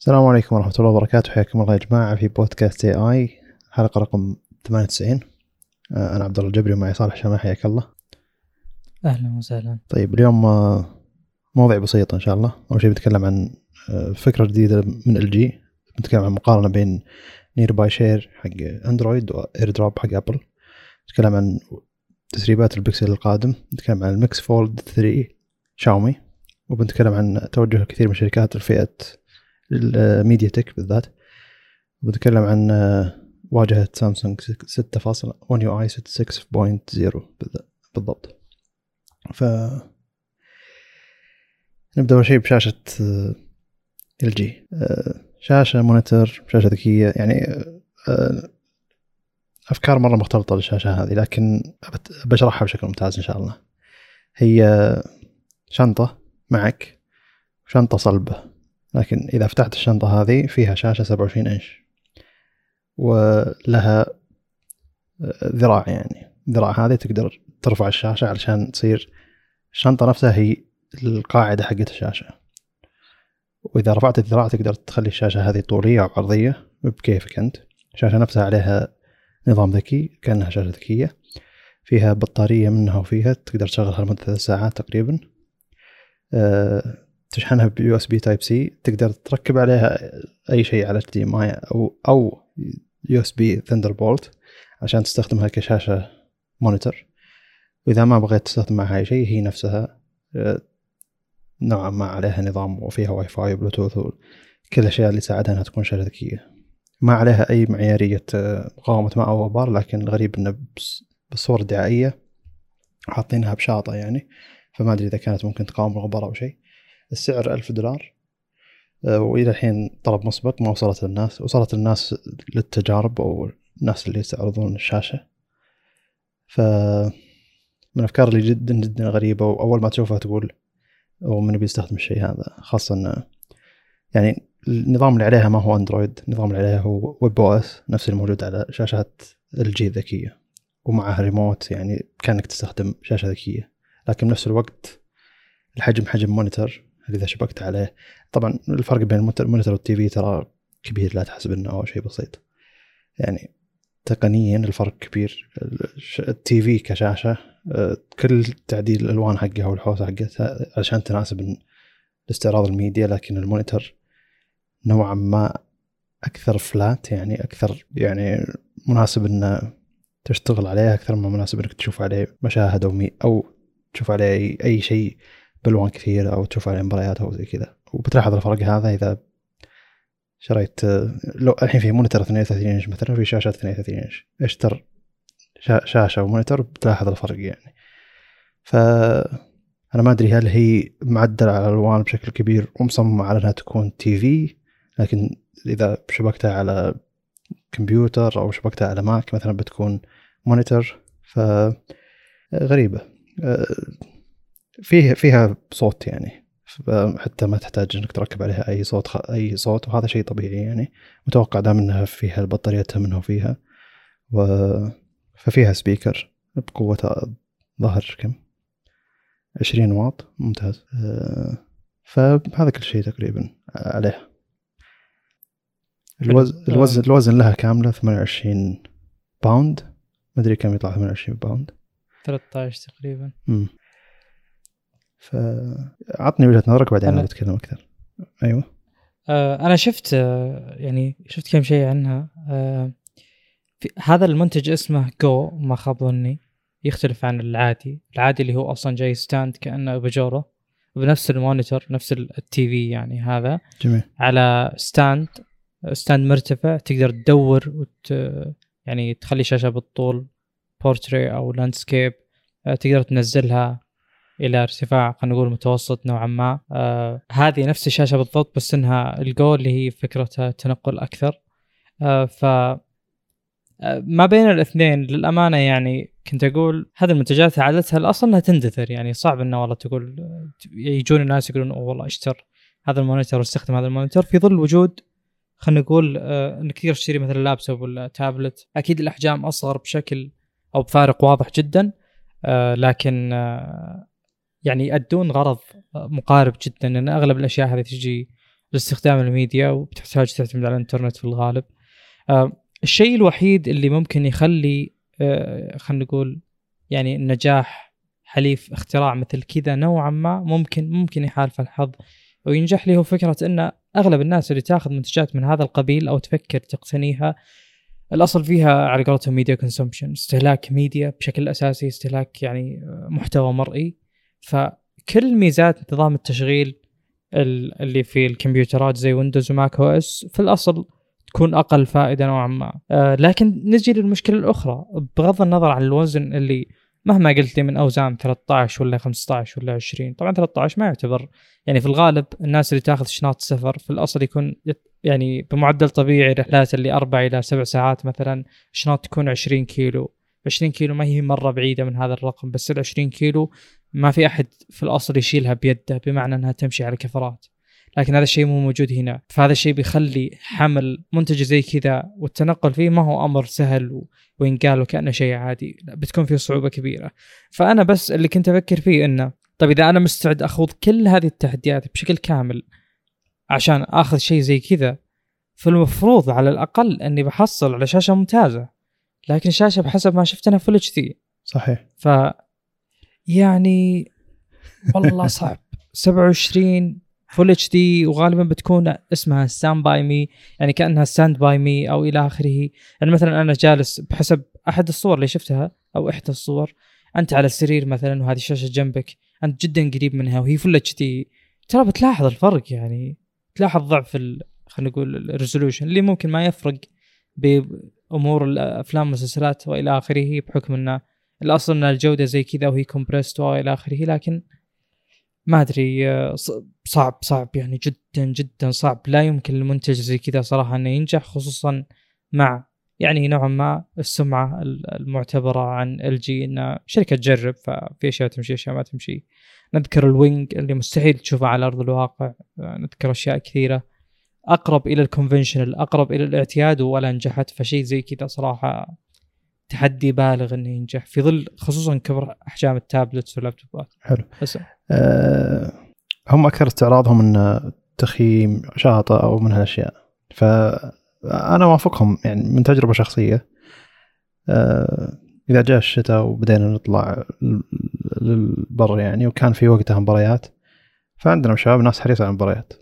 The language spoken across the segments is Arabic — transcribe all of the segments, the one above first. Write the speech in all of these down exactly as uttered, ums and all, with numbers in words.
السلام عليكم ورحمة الله وبركاته. حياكم الله يا جماعة في بودكاست اي اي حلقة رقم ثمانية وتسعين. أنا عبد الله الجبري ومعي صالح شماح. حياك الله. أهلا وسهلا. طيب اليوم موضوع بسيط إن شاء الله. أول شيء بنتكلم عن فكرة جديدة من ال جي. بنتكلم عن مقارنة بين نير باي شير حق أندرويد وإير دروب حق أبل. نتكلم عن تسريبات البكسل القادم. نتكلم عن الميكس فولد ثري شاومي. وبنتكلم عن توجه كثير من شركات الفئة الميديا تك بالذات. بنتكلم عن واجهة سامسونج ستة فاصلة واحد يو آي ستة فاصلة صفر بالضبط. ف نبدأ أول شيء بشاشة ال جي. شاشة مونيتور، شاشة ذكية، يعني أفكار مرة مختلطة للشاشة هذه، لكن بشرحها بشكل ممتاز إن شاء الله. هي شنطة معك، شنطة صلبة، لكن إذا فتحت الشنطة هذه فيها شاشة سبعة وعشرين إنش ولها ذراع، يعني ذراع هذه تقدر ترفع الشاشة علشان تصير الشنطة نفسها هي القاعدة حقت الشاشة. وإذا رفعت الذراع تقدر تخلي الشاشة هذه طولية أو عرضية بكيفك أنت. الشاشة نفسها عليها نظام ذكي كأنها شاشة ذكية، فيها بطارية منها وفيها تقدر تشغلها لمدة ثلاث ساعات تقريبا. أه تشحنها ب يو إس بي تايب سي، تقدر تركب عليها أي شيء على إتش دي إم آي أو أو يو إس بي ثاندربولت عشان تستخدمها كشاشة مونيتور. وإذا ما بغيت تستخدم معها أي شيء، هي نفسها نوعا ما عليها نظام وفيها واي فاي وبلوتوث وكل الأشياء اللي تساعدها أنها تكون شاشة ذكية. ما عليها أي معيارية مقاومة ماء أو غبار، لكن الغريب أنه بالصورة الدعائية حاطينها بشاطئ، يعني فما أدري إذا كانت ممكن تقاوم الغبار أو شيء. السعر ألف دولار، وإلى الحين طلب مسبق ما وصلت للناس. وصلت الناس للتجارب أو الناس اللي يستعرضون الشاشة. فمن الأفكار اللي جدا جدا غريبة، وأول ما تشوفها تقول ومن بيستخدم الشيء هذا، خاصة أن يعني النظام اللي عليها ما هو أندرويد، النظام اللي عليها هو ويب او اس نفس الموجود على شاشات ال جي الذكية، ومعها ريموت، يعني كأنك تستخدم شاشة ذكية. لكن بنفس الوقت الحجم حجم مونيتور إذا شبكت عليه. طبعا الفرق بين المونيتور والتي في ترى كبير، لا تحسب انه هو شيء بسيط، يعني تقنيا الفرق كبير. التي في كشاشة كل تعديل الالوان حقها والحوسه حقتها عشان تناسب استعراض الميديا، لكن المونيتور نوعا ما اكثر فلات، يعني اكثر يعني مناسب ان تشتغل عليه اكثر ما مناسب انك تشوف عليه مشاهد او مي او تشوف عليه اي شيء بالوان كثيرة أو تشوف عليه مباريات أو زي كذا. وبتلاحظ الفرق هذا إذا شريت لو الحين في مونيتور اثنين وثلاثين إنش مثلا، في شاشة اثنين وثلاثين إنش، اشتر شاشة ومونيتور بتلاحظ الفرق يعني. فأنا ما أدري هل هي معدلة على الألوان بشكل كبير ومصممة على أنها تكون تي في، لكن إذا شبكتها على كمبيوتر أو شبكتها على ماك مثلا بتكون مونيتور. فغريبة. فيها فيها صوت، يعني حتى ما تحتاج انك تركب عليها اي صوت خ... اي صوت، وهذا شيء طبيعي يعني متوقع دام انها فيها البطارية منها وفيها و... ففيها سبيكر بقوة ظهر كم عشرين واط ممتاز. فهذا كل شيء تقريبا عليه. الوزن الوزن الوزن لها كاملة ثمانية وعشرين باوند، ما ادري كم يطلع ثمانية وعشرين باوند، ثلاثة عشر تقريبا. امم فعطني وجهة نظرك بعدين أنا بتكلم أكثر. أيوة. آه أنا شفت آه يعني شفت كم شيء عنها. آه في هذا المنتج اسمه جو، ما خاب ظني يختلف عن العادي. العادي اللي هو أصلا جاي ستاند كأنه بجورة بنفس المونيتور نفس التي في، يعني هذا جميل. على ستاند ستاند مرتفع تقدر تدور وت يعني تخلي شاشة بالطول بورتري أو لاندسكيب. آه تقدر تنزلها إلى ارتفاع خلينا نقول متوسط نوعا ما. آه هذه نفس الشاشة بالضبط، بس إنها الجو اللي هي فكرتها تنقل أكثر. آه ف آه ما بين الاثنين للأمانة، يعني كنت أقول هذه المنتجات عادتها الأصل إنها تندثر، يعني صعب إنه والله تقول يجون الناس يقولون أوه والله اشتر هذا المونيتور واستخدم هذا المونيتور في ظل وجود خلينا نقول آه إنك تقدر تشتري مثلا لابتوب ولا تابلت. أكيد الأحجام أصغر بشكل أو بفارق واضح جدا، آه لكن آه يعني يؤدون غرض مقارب جدا، لأن أغلب الأشياء هذه تجي لاستخدام الميديا وبتحتاج تعتمد على الانترنت في الغالب. آه الشيء الوحيد اللي ممكن يخلي آه خلينا نقول يعني النجاح حليف اختراع مثل كذا نوعا ما ممكن ممكن يحالف الحظ وينجح لي، هو فكرة أن أغلب الناس اللي تأخذ منتجات من هذا القبيل أو تفكر تقتنيها الأصل فيها على قولتهم ميديا كونسومشن، استهلاك ميديا بشكل أساسي، استهلاك يعني محتوى مرئي. فكل ميزات نظام التشغيل اللي في الكمبيوترات زي ويندوز وماك او اس في الأصل تكون أقل فائدة نوعا ما. آه لكن نجي للمشكلة الأخرى، بغض النظر عن الوزن اللي مهما قلت لي من أوزان ثلاثة عشر ولا خمسة عشر ولا عشرين، طبعا ثلاثة عشر ما يعتبر يعني في الغالب الناس اللي تاخذ شنط سفر في الأصل يكون يعني بمعدل طبيعي رحلات اللي أربع إلى سبع ساعات مثلا شنط تكون عشرين كيلو. عشرين كيلو ما هي مرة بعيدة من هذا الرقم، بس العشرين كيلو ما في أحد في الأصل يشيلها بيده بمعنى أنها تمشي على كفرات، لكن هذا الشيء مو موجود هنا. فهذا الشيء بيخلي حمل منتج زي كذا والتنقل فيه ما هو أمر سهل وينقال وكأنه شيء عادي، بتكون فيه صعوبة كبيرة. فأنا بس اللي كنت أفكر فيه إنه طيب إذا أنا مستعد أخوض كل هذه التحديات بشكل كامل عشان أخذ شيء زي كذا، فالمفروض على الأقل أني بحصل على شاشة ممتازة، لكن الشاشة بحسب ما شفتنا فل اتش دي. صحيح. ف يعني والله صعب. سبعة وعشرين فل اتش دي وغالبا بتكون اسمها ستاند باي مي، يعني كأنها ستاند باي مي أو إلى آخره. يعني مثلا أنا جالس بحسب أحد الصور اللي شفتها أو إحدى الصور، أنت على السرير مثلا وهذه الشاشة جنبك، أنت جدا قريب منها وهي فل اتش دي، ترى بتلاحظ الفرق، يعني تلاحظ ضعف ال... خلينا نقول الريزولوشن اللي ممكن ما يفرق بأمور الأفلام والمسلسلات وإلى آخره بحكم أن الأصل أن الجودة زي كذا وهي كومبريست وإلى آخره، لكن ما أدري صعب صعب يعني جدا جدا صعب. لا يمكن المنتج زي كذا صراحة أنه ينجح، خصوصا مع يعني نوعا ما السمعة المعتبرة عن إل جي أن شركة تجرب، ففي أشياء تمشي أشياء ما تمشي. نذكر الوينج اللي مستحيل تشوفها على أرض الواقع، نذكر أشياء كثيرة أقرب إلى الكونفنشنال أقرب إلى الاعتياد ولا نجحت. فشيء زي كذا صراحة تحدي بالغ إنه ينجح في ظل خصوصا كبر أحجام التابلتس واللابتوبات. حلو. أه هم أكثر استعراضهم إن تخييم شاطئ أو من هالأشياء، فأنا وافقهم يعني من تجربة شخصية. أه إذا جاء الشتاء وبدينا نطلع للبر يعني وكان في وقتها مباريات، فعندنا شباب ناس حريصة على المباريات،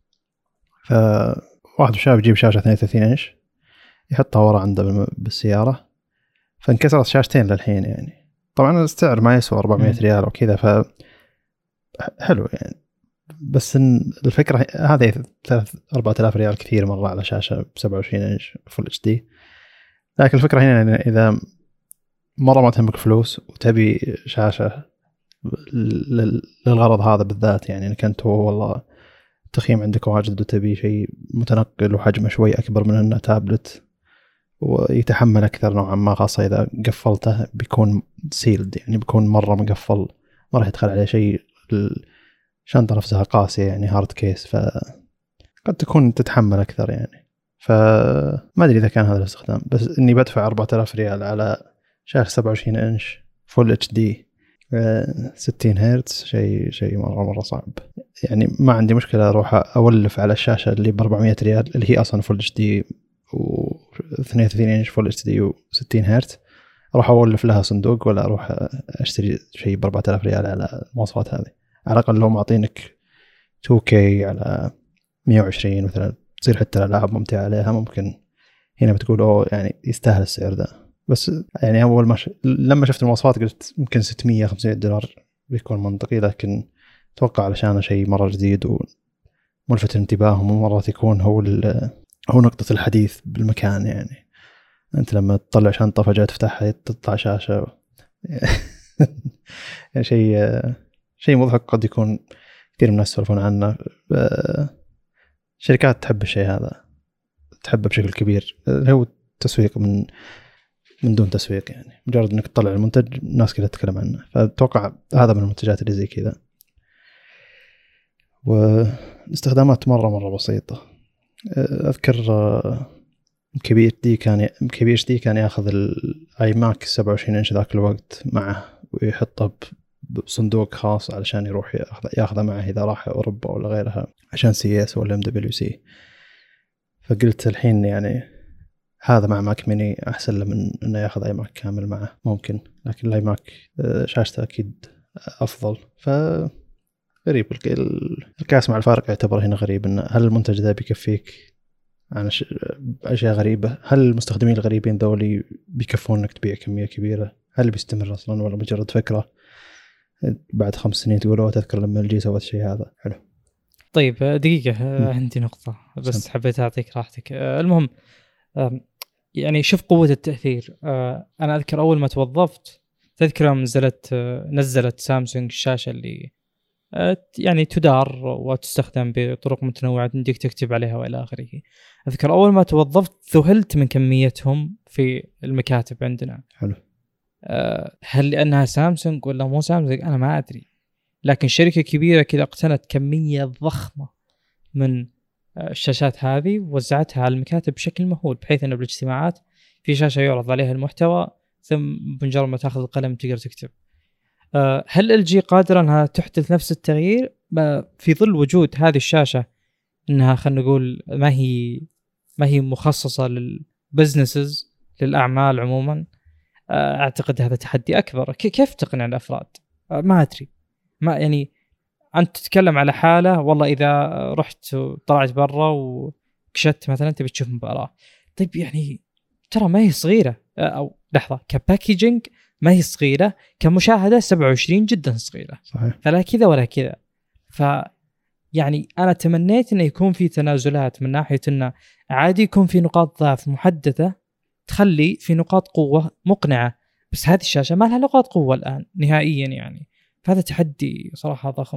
فواحد شاب يجيب شاشة اثنين وثلاثين إنش يحطها ورا عنده بالسيارة، فانكسرت شاشتين للحين. يعني طبعا السعر ما يسوى أربعمية ريال وكذا، ف حلو يعني. بس الفكرة هذه ثلاثة أربعة آلاف ريال كثير مرة على شاشة سبعة وعشرين إنش فل اتش دي. لكن الفكرة هنا يعني إذا مرة ما تهمك فلوس وتبي شاشة للغرض هذا بالذات، يعني إنك أنت هو والله تخييم عندك واجد وتبي شيء متنقل وحجمه شوي أكبر من إنه تابلت ويتحمل أكثر نوعا ما، خاصة إذا قفلته بيكون سيلد يعني بيكون مرة مقفل، ما راح يدخل عليه شيء. الشنطة نفسها قاسية يعني هارد كيس، فقد تكون تتحمل أكثر يعني. فما أدري إذا كان هذا الاستخدام، بس إني بدفع أربعة آلاف ريال على شاشة سبعة وعشرين إنش فول اتش دي ستين هرتز شيء شيء مرة مرة صعب. يعني ما عندي مشكلة أروح أولف على الشاشة اللي بأربعمية ريال اللي هي أصلا فول اتش دي واثنين وثلاثين إنش فول اتش دي وستين هرتز، أروح أولف لها صندوق ولا أروح أشتري شيء بأربعة آلاف ريال على المواصفات هذه. على الأقل لو معطينك تو كي على مية وعشرين مثلا تصير حتى الألعاب ممتعة عليها، ممكن هنا بتقول أوه يعني يستاهل السعر ده. بس يعني أول ما ش... لما شفت المواصفات قلت ممكن ستمية خمسمية دولار بيكون منطقي، لكن أتوقع علشان شيء مرة جديد وملفت انتباههم ومرات يكون هو ال... هو نقطة الحديث بالمكان. يعني أنت لما تطلع شنطة فجأة تفتحها تطلع شاشة يعني شيء شيء مضحك قد يكون كثير من الناس يسولفون عنه. شركات تحب الشيء هذا، تحبه بشكل كبير، هو التسويق من من دون تسويق، يعني مجرد انك تطلع المنتج الناس كلها تتكلم عنه. فأتوقع هذا من المنتجات اللي زي كذا، والاستخدامات مرة مرة بسيطة. أذكر كبير دي كان كبير دي كان ياخذ الاي ماك سبعة وعشرين إنش ذاك الوقت معه ويحطه بصندوق خاص علشان يروح ياخذ ياخذه معه إذا راح أوروبا ولا غيرها عشان سي اس ولا ام دبليو سي. فقلت الحين يعني هذا مع ماك ميني أحسن له من إنه ياخذ أي ماك كامل معه ممكن، لكن الأي ماك شاشته أكيد أفضل. ف غريب الكاس مع الفارق يعتبر هنا غريب، إن هل المنتج ذا بيكفيك عن أشياء غريبة؟ هل المستخدمين الغريبين ذولي بيكفون إنك تبيع كمية كبيرة؟ هل بيستمر أصلاً ولا مجرد فكرة بعد خمس سنين تقولوا تذكر لما الجي سوت شيء هذا حلو؟ طيب دقيقة عندي نقطة بس سم. حبيت أعطيك راحتك. المهم يعني شوف قوة التأثير. أنا أذكر أول ما توظفت تذكر يوم نزلت نزلت سامسونج الشاشة اللي يعني تدار وتستخدم بطرق متنوعة عندك تكتب عليها وإلى آخره. أذكر أول ما توظفت ذهلت من كميتهم في المكاتب عندنا. حلو. هل لأنها سامسونج ولا مو سامسونج أنا ما أدري، لكن شركة كبيرة كذا اقتنت كمية ضخمة من الشاشات هذه ووزعتها على المكاتب بشكل مهول، بحيث أنه بالاجتماعات في شاشة يعرض عليها المحتوى ثم بمجرد ما تأخذ القلم تقدر تكتب. هل ال جي قادرة أنها تحدث نفس التغيير في ظل وجود هذه الشاشة أنها خلنا نقول ما هي ما هي مخصصة للبزنسز للأعمال عموما؟ أعتقد هذا تحدي أكبر. كيف تقنع الأفراد؟ ما أدري. ما يعني أنت تتكلم على حالة والله إذا رحت طلعت برا وكشت مثلا تبي تشوف مباراة، طيب يعني ترى ما هي صغيرة، أو لحظة كباكيجينج ما هي صغيرة، كمشاهدة سبعة وعشرين جدا صغيرة. صحيح. فلا كذا ولا كذا. ف يعني أنا تمنيت إنه يكون في تنازلات من ناحية إنه عادي يكون في نقاط ضعف محددة تخلي في نقاط قوة مقنعة، بس هذه الشاشة ما لها نقاط قوة الآن نهائيا يعني. فهذا تحدي صراحة ضخم.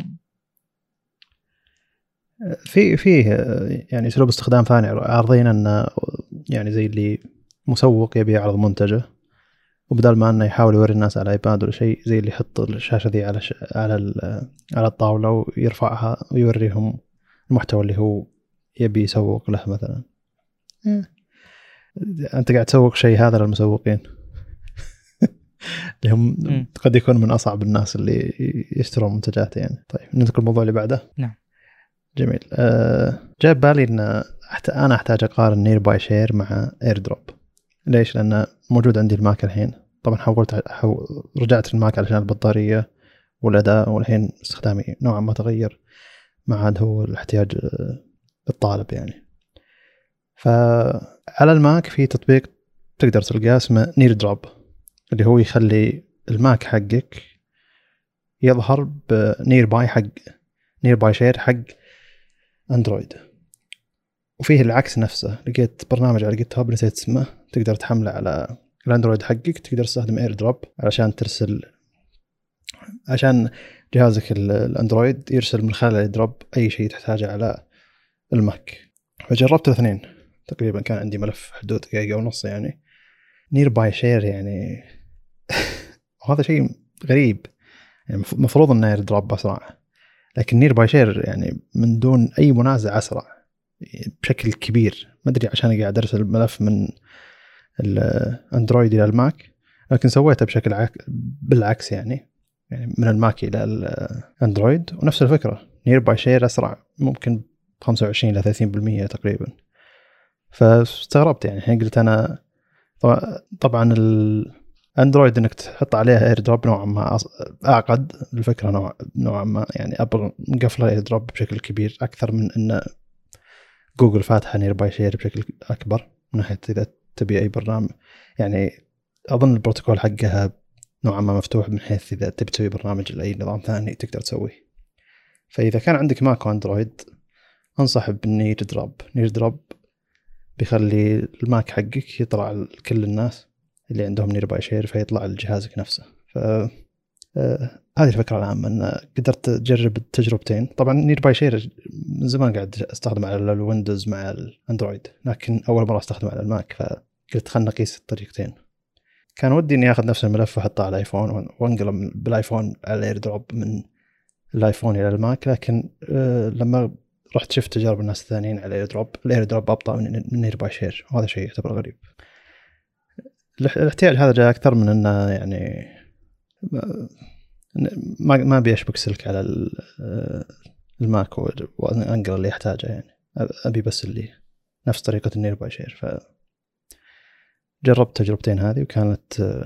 في فيه يعني اسلوب استخدام ثاني عارضين انه يعني زي اللي مسوق يبي يعرض منتجه، وبدل ما انه يحاول يوري الناس على ايباد ولا شيء، زي اللي يحط الشاشه ذي على ش... على على الطاوله ويرفعها ويوريهم المحتوى اللي هو يبي يسوق له مثلا. انت قاعد تسوق شيء هذا للمسوقين اللي هم قد يكون من اصعب الناس اللي يشترون منتجات يعني. طيب ندخل الموضوع اللي بعده. نعم جميل. أه جاب بالي ان انا احتاج اقارن نير باي شير مع اير دروب. ليش؟ لان موجود عندي الماك الحين، طبعا حولت حو... رجعت الماك علشان البطاريه والاداء، والحين استخدامي نوعا ما تغير مع عاد هو الاحتياج الطالب يعني. فعلى الماك في تطبيق تقدر تلقاه اسمه نير دروب، اللي هو يخلي الماك حقك يظهر بنير باي حق نير باي شير حق اندرويد. وفيه العكس نفسه، لقيت برنامج على جيت هاب نسيت اسمه، تقدر تحمله على الاندرويد حقك، تقدر تستخدم اير دروب علشان ترسل، عشان جهازك الاندرويد يرسل من خلال اير دروب اي شيء تحتاجه على الماك. فجربت الاثنين تقريبا، كان عندي ملف حدود دقيقة ونص يعني. نير باي شير يعني وهذا شيء غريب يعني، مفروض ان اير دروب اسرع، لكن نير باي شير يعني من دون اي منازع اسرع بشكل كبير. ما ادري عشان قاعد ارسل الملف من الاندرويد الى الماك، لكن سويته بشكل عك... بالعكس يعني يعني من الماك الى الاندرويد، ونفس الفكره نير باي شير اسرع ممكن خمسة وعشرين إلى ثلاثين بالمية تقريبا. فاستغربت يعني، الحين قلت انا طبعا الاندرويد انك تحط عليها اير دروب نوعا ما اعقد الفكره نوع نوعا ما يعني، ابغى نقفل اير دروب بشكل كبير اكثر من ان جوجل فاتحه نير باي شير بشكل اكبر من ناحيه اذا تبي اي برنامج يعني. اظن البروتوكول حقها نوعا ما مفتوح من حيث اذا تبي تسوي برنامج لاي نظام ثاني تقدر تسويه. فاذا كان عندك ماك واندرويد انصح بنير دروب. نير دروب بيخلي الماك حقك يطلع لكل الناس اللي عندهم نير باي شير، فيطلع لجهازك نفسه. ف آه هذه الفكرة العامة، أن قدرت تجرب التجربتين. طبعا نير باي شير من زمان قاعد استخدم على الويندوز مع الأندرويد، لكن أول مرة استخدم على الماك، فقلت خلنا نقيس الطريقتين. كان ودي إني أخذ نفس الملف وحطه على الآيفون وانقله بالآيفون على الاير دروب من الآيفون إلى الماك، لكن آه لما رحت شفت تجارب الناس الثانيين على الاير دروب، الاير دروب أبطأ من نير باي شير، وهذا شيء يعتبر غريب. الاحتياج هذا جاء أكثر من أنه يعني ما ما بيشبك سلك على الماك وانقل اللي يحتاجه يعني، ابي بس اللي نفس طريقه النير باي شير. ف جربت تجربتين هذه وكانت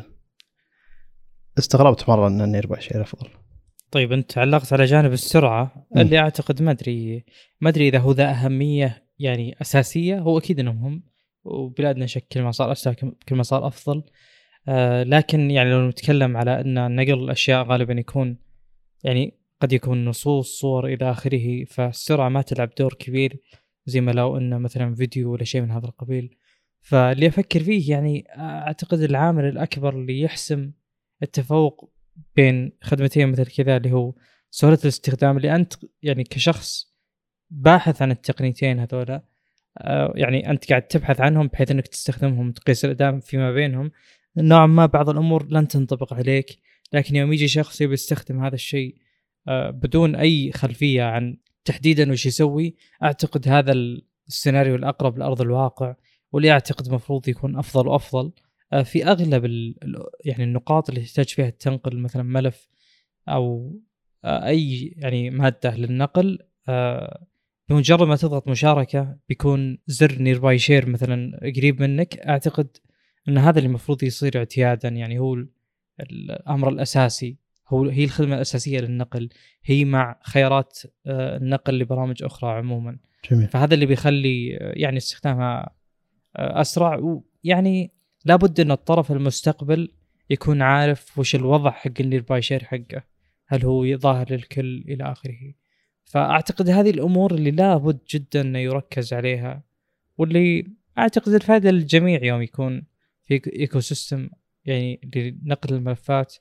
استغربت مره ان النير باي شير افضل. طيب انت علقت على جانب السرعه م. اللي اعتقد ما ادري ما ادري اذا هو ذا اهميه يعني اساسيه، هو اكيد انه مهم وبلادنا شك كل ما صار اسرع كل ما صار افضل. آه لكن يعني لو نتكلم على ان نقل الاشياء غالبا يكون يعني قد يكون نصوص صور الى اخره، فالسرعه ما تلعب دور كبير زي ما لو انه مثلا فيديو ولا شيء من هذا القبيل. فاللي افكر فيه يعني اعتقد العامل الاكبر اللي يحسم التفوق بين خدمتين مثل كذا اللي هو سهولة الاستخدام، اللي أنت يعني كشخص باحث عن التقنيتين هذولا يعني أنت قاعد تبحث عنهم بحيث أنك تستخدمهم وتقيس الأداء فيما بينهم. نوعا ما بعض الأمور لن تنطبق عليك، لكن يوم يجي شخص يبي يستخدم هذا الشيء بدون أي خلفية عن تحديدا وش يسوي، أعتقد هذا السيناريو الأقرب لأرض الواقع، واللي أعتقد مفروض يكون أفضل وأفضل في أغلب يعني النقاط اللي تحتاج فيها تنقل مثلا ملف أو أي يعني مادة للنقل. بمجرد ما تضغط مشاركة بيكون زر نيرباي شير مثلا قريب منك. أعتقد أن هذا اللي مفروض يصير اعتيادا، يعني هو الأمر الأساسي، هو هي الخدمة الأساسية للنقل، هي مع خيارات النقل لبرامج أخرى عموما. جميل. فهذا اللي بيخلي يعني استخدامها أسرع، ويعني لابد أن الطرف المستقبل يكون عارف وش الوضع حق النيرباي شير حقه، هل هو ظاهر للكل إلى آخره. فأعتقد هذه الأمور اللي لابد جدا أن يركز عليها، واللي أعتقد الفائدة للجميع يوم يكون في إيكو سيستم يعني لنقل الملفات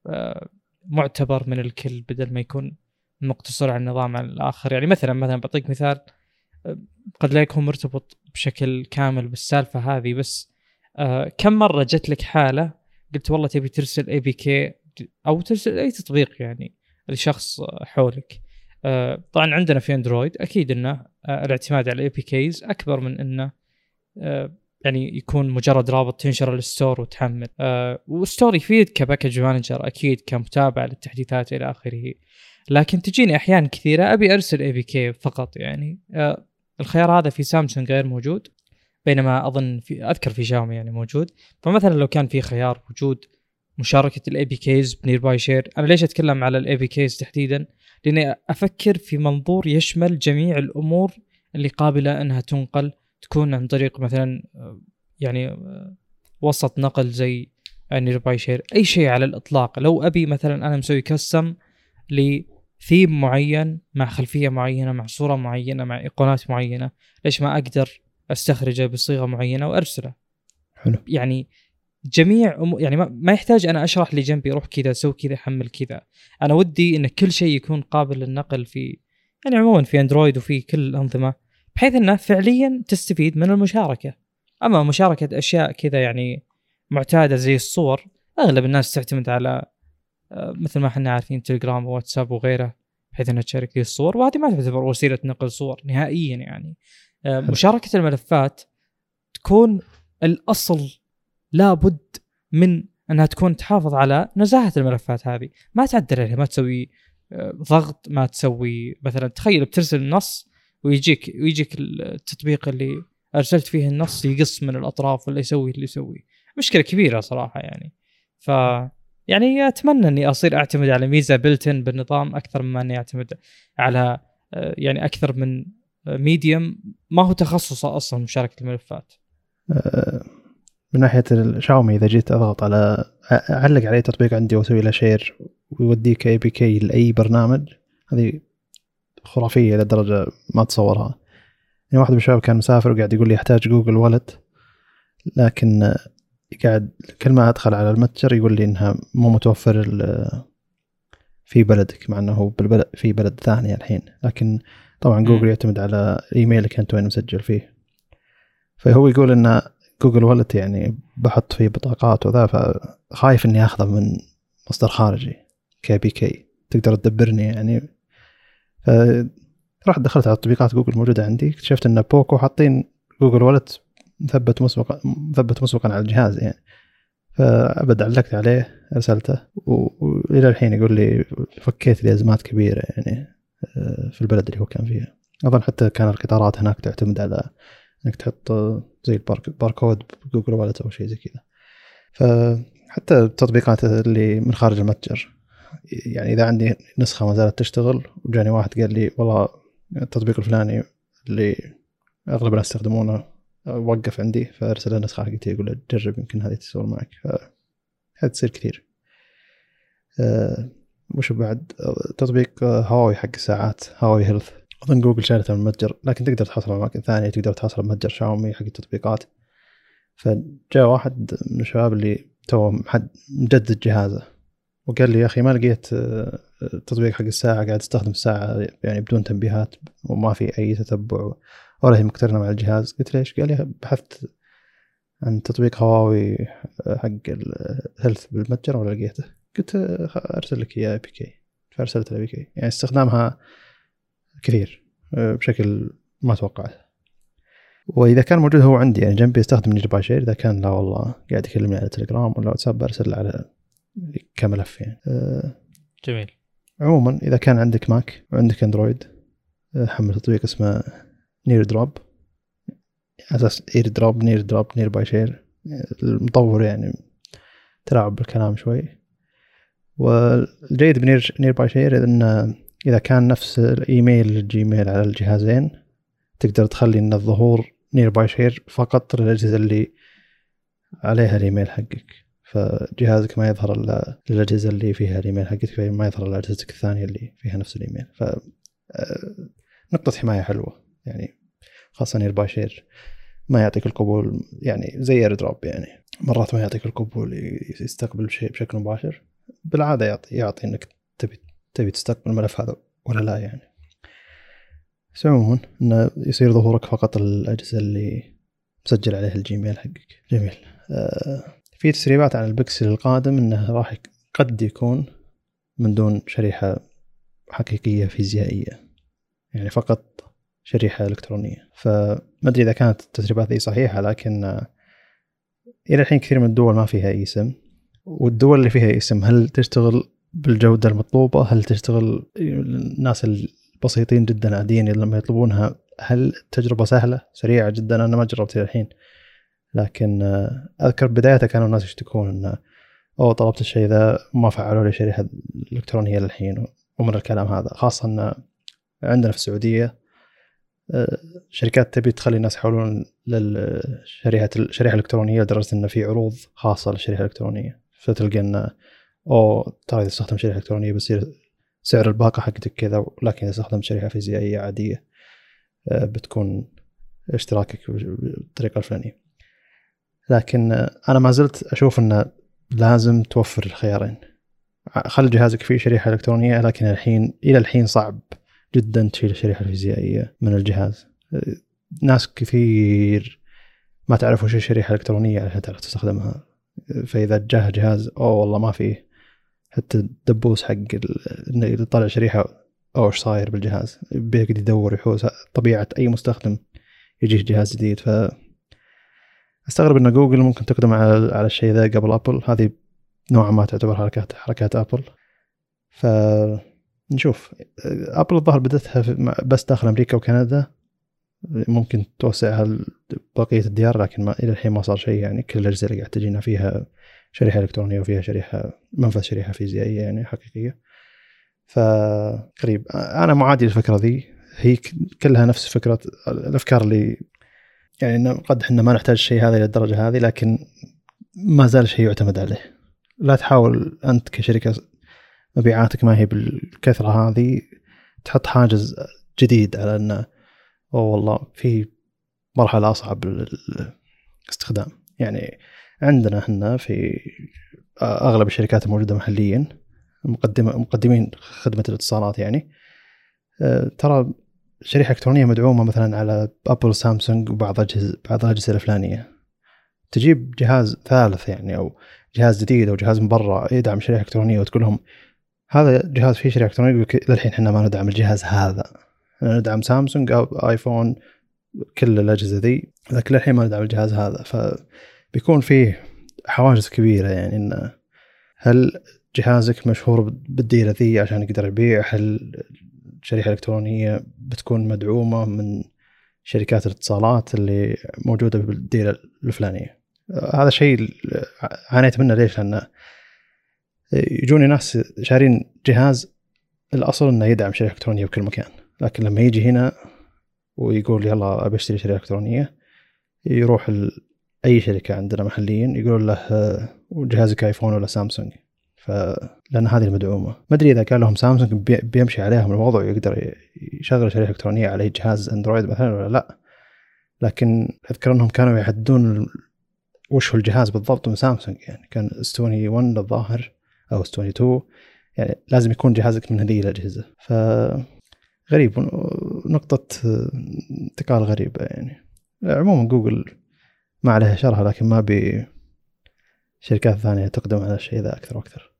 معتبر من الكل، بدل ما يكون مقتصر على النظام على الآخر. يعني مثلا مثلا بعطيك مثال قد لا يكون مرتبط بشكل كامل بالسالفة هذه، بس آه كم مرة جت لك حالة قلت والله تبي ترسل اي بي كي او ترسل اي تطبيق يعني لشخص حولك. آه طبعا عندنا في اندرويد اكيد انه آه الاعتماد على الاي بي كيز اكبر من انه آه يعني يكون مجرد رابط تنشر للستور وتحمل. آه والستور يفيد كباكج مانجر اكيد كمتابعة للتحديثات الى اخره، لكن تجيني احيان كثيرة ابي ارسل اي بي كي فقط. يعني آه الخيار هذا في سامسونج غير موجود، بينما أظن في أذكر في شاومي يعني موجود. فمثلا لو كان في خيار وجود مشاركة ال إيه بي كيز بنيرباي شير، أنا ليش أتكلم على ال إيه بي كيز تحديدا؟ لأني أفكر في منظور يشمل جميع الأمور اللي قابلة أنها تنقل، تكون عن طريق مثلا يعني وسط نقل زي نيرباي شير، أي شيء على الإطلاق. لو أبي مثلا أنا مسوي كستم لثيم معين مع خلفية معينة مع صورة معينة مع إيقونات معينة، ليش ما أقدر استخرجه بصيغه معينه وارسله؟ حلو. يعني جميع أم... يعني ما... ما يحتاج انا اشرح لي جنبي روح كذا سوي كذا حمل كذا. انا ودي ان كل شيء يكون قابل للنقل في يعني عموما في اندرويد وفي كل الانظمه، بحيث انها فعليا تستفيد من المشاركه. اما مشاركه اشياء كذا يعني معتاده زي الصور، اغلب الناس تعتمد على مثل ما احنا عارفين تليجرام وواتساب وغيره بحيث انها تشارك لي الصور، وهذه ما تعتبر وسيله نقل صور نهائيا. يعني مشاركة الملفات تكون الأصل، لابد من أنها تكون تحافظ على نزاهة الملفات هذه، ما تعدل عليها، ما تسوي ضغط، ما تسوي مثلا تخيل بترسل نص ويجيك ويجيك التطبيق اللي أرسلت فيه النص يقص من الأطراف ولا يسوي اللي يسوي. مشكلة كبيرة صراحة يعني. ف يعني أتمنى أني أصير أعتمد على ميزة بلتن بالنظام أكثر مما أني أعتمد على يعني أكثر من ميديم ما هو تخصصه أصلا مشاركة الملفات. من ناحية الشاومي إذا جيت أضغط على أعلق عليه تطبيق عندي وأسوي له شير ويوديك اي بي كي لأي برنامج، هذه خرافية لدرجة ما تصورها. يعني واحد من الشباب كان مسافر وقاعد يقول لي يحتاج جوجل والت، لكن قاعد كل ما أدخل على المتجر يقول لي إنها مو متوفر في بلدك، مع أنه بالبلد في بلد ثاني الحين. لكن طبعا جوجل م. يعتمد على إيميلك أنت وين مسجل فيه، فهو يقول إن جوجل والت يعني بحط فيه بطاقات وذا، فخايف إني أخذه من مصدر خارجي كي بي كي تقدر تدبرني يعني. فرحت دخلت على تطبيقات جوجل موجودة عندي، اكتشفت إن بوكو حاطين جوجل والت مثبت مسبقا مثبت مسبقا على الجهاز يعني. فأبد علقت عليه أرسلته، وإلى الحين يقول لي فكيت لي أزمات كبيرة يعني في البلد اللي هو كان فيها. أظن حتى كان القطارات هناك تعتمد على إنك تحط زي الباركود بجوجل والت أو شيء زي كذا. فحتى التطبيقات اللي من خارج المتجر، يعني إذا عندي نسخة ما زالت تشتغل وجاني واحد قال لي والله التطبيق الفلاني اللي أغلب الناس يستخدمونه وقف عندي، فأرسل له نسخة حقتي يقول له جرب يمكن هذه تسوي معك. فهذا تصير كثير. أه وش بعد؟ تطبيق هواوي حق الساعات، هواوي هيلث، أظن جوجل شالته من المتجر، لكن تقدر تحصله على أماكن ثانية، تقدر تحصله من متجر شاومي حق التطبيقات. فجاء واحد من الشباب اللي تو حد مجدد جهازه وقال لي يا أخي ما لقيت تطبيق حق الساعة قاعد استخدم الساعة يعني بدون تنبيهات وما في أي تتبع ولا هي مقترنة مع الجهاز. قلت ليش؟ قال لي بحثت عن تطبيق هواوي حق الهيلث بالمتجر ولا لقيته. قلت أرسل لك إياه بي كي، فأرسلت له بي كي. يعني استخدامها كثير بشكل ما توقعت. وإذا كان موجود هو عندي يعني جنبي استخدم نيرباي شير، إذا كان لا والله قاعد يكلمني على تليجرام ولا واتساب برسل على كملف يعني. جميل. عموما إذا كان عندك ماك وعندك أندرويد، حمل تطبيق اسمه نير دروب، أساس إير دروب نير دروب نير باي شير. المطور يعني تلاعب بالكلام شوي. والجيد بنير نير باي شير إن إذا كان نفس الإيميل الجيميل على الجهازين تقدر تخلي إن الظهور نير باي شير فقط للأجهزة اللي عليها الإيميل حقك، فجهازك ما يظهر للأجهزة اللي فيها الإيميل حقك، فما يظهر لأجهزتك الثانية اللي فيها نفس الإيميل. ف نقطة حماية حلوة يعني، خاصة نير باي شير ما يعطيك القبول يعني زي اير دروب، يعني مرات ما يعطيك القبول يستقبل شيء بشكل مباشر، بالعادة يعطي يعطي انك تبي تبي تستقبل الملف هذا ولا لا يعني. عموما انه يصير ظهورك فقط الأجهزة اللي مسجل عليها الجيميل حقك. جميل. آه في تسريبات عن البكسل القادم انه راح قد يكون من دون شريحة حقيقية فيزيائية، يعني فقط شريحة إلكترونية. فما أدري إذا كانت التسريبات دي صحيحة، لكن إلى الحين كثير من الدول ما فيها اي سم، والدول اللي فيها اي سم هل تشتغل بالجودة المطلوبة؟ هل تشتغل الناس البسيطين جدا عاديين لما يطلبونها هل تجربة سهلة سريعة جدا؟ أنا ما جربت إلى الحين، لكن أذكر بدايتها كانوا الناس يشتكون إنه أو طلبت الشيء ذا ما فعلوا لي شريحة إلكترونية للحين. ومن الكلام هذا خاصة أن عندنا في السعودية شركات تبي تخلي الناس يحولون للشريحة الشريحة الإلكترونية لدرجة إن في عروض خاصة للشريحة الإلكترونية، فتلقى إن أو ترى إذا استخدم شريحة إلكترونية بيصير سعر الباقة حقتك كذا، ولكن إذا استخدم شريحة فيزيائية عادية بتكون اشتراكك بالطريقة الفلانية. لكن أنا ما زلت أشوف إن لازم توفر الخيارين. خلي جهازك فيه شريحة إلكترونية، لكن الحين إلى الحين صعب جدا تشيل الشريحة الفيزيائية من الجهاز. ناس كثير ما تعرف وش الشريحة الإلكترونية عشان تعرف تستخدمها، فإذا جاه جهاز أو والله ما فيه حتى الدبوس حق إنه يطلع شريحة أو إيش صاير بالجهاز، بيقعد يدور يحوس. طبيعة أي مستخدم يجيه جهاز جديد. فأستغرب إن جوجل ممكن تقدم على على الشيء ذا قبل أبل. هذه نوعا ما تعتبر حركات حركات أبل. فنشوف. أبل الظاهر بدتها بس داخل أمريكا وكندا، ممكن توسعها بقية الديار، لكن ما إلى الحين ما صار شيء. يعني كل الأجهزة اللي قاعد تجينا فيها شريحة إلكترونية وفيها شريحة منفذ شريحة فيزيائية يعني حقيقية. فقريب أنا معادي للفكرة ذي، هي كلها نفس فكرة الأفكار اللي يعني قد إحنا ما نحتاج شيء هذا إلى الدرجة هذه، لكن ما زال شيء يعتمد عليه. لا تحاول أنت كشركة مبيعاتك ما هي بالكثرة هذه تحط حاجز جديد على أنه أو والله في مرحلة أصعب للاستخدام. يعني عندنا هنا في أغلب الشركات الموجودة محليا مقدمة مقدمين خدمة الاتصالات، يعني ترى شريحة إلكترونية مدعومة مثلا على أبل سامسونج وبعض أجهزة بعض الأجهزة الفلانية. تجيب جهاز ثالث يعني أو جهاز جديد أو جهاز من برا يدعم شريحة إلكترونية وتقول لهم هذا جهاز فيه شريحة إلكترونية، للحين إحنا ما ندعم الجهاز هذا، ندعم سامسونج أو آيفون كل الأجهزة ذي، لكن للحين ما ندعم الجهاز هذا. فبيكون فيه حواجز كبيرة، يعني إن هل جهازك مشهور بالديرة ذي عشان يقدر يبيع؟ هل الشريحة الإلكترونية بتكون مدعومة من شركات الاتصالات اللي موجودة بالديرة الفلانية؟ هذا شيء عانيت منه. ليش؟ لأن يجوني ناس شارين جهاز الأصل إنه يدعم شريحة إلكترونية بكل مكان، لكن لما يجي هنا ويقول يلا أبي أشتري شريحة إلكترونية، يروح أي شركة عندنا محليا يقول له جهازك آيفون ولا سامسونج، فلأن هذه المدعومة. ما أدري إذا قال لهم سامسونج بيمشي عليهم الوضع ويقدر يشغل شريحة إلكترونية على جهاز أندرويد مثلا ولا لا، لكن أذكر أنهم كانوا يحددون وش هو الجهاز بالضبط من سامسونج، يعني كان اس واحد وعشرين الظاهر أو اس اثنين، يعني لازم يكون جهازك من هذه الأجهزة. فغريب، نقطة انتقال غريبة يعني. عموما جوجل ما عليها شرها، لكن ما بي شركات ثانية تقدم على الشيء ذا أكثر وأكثر.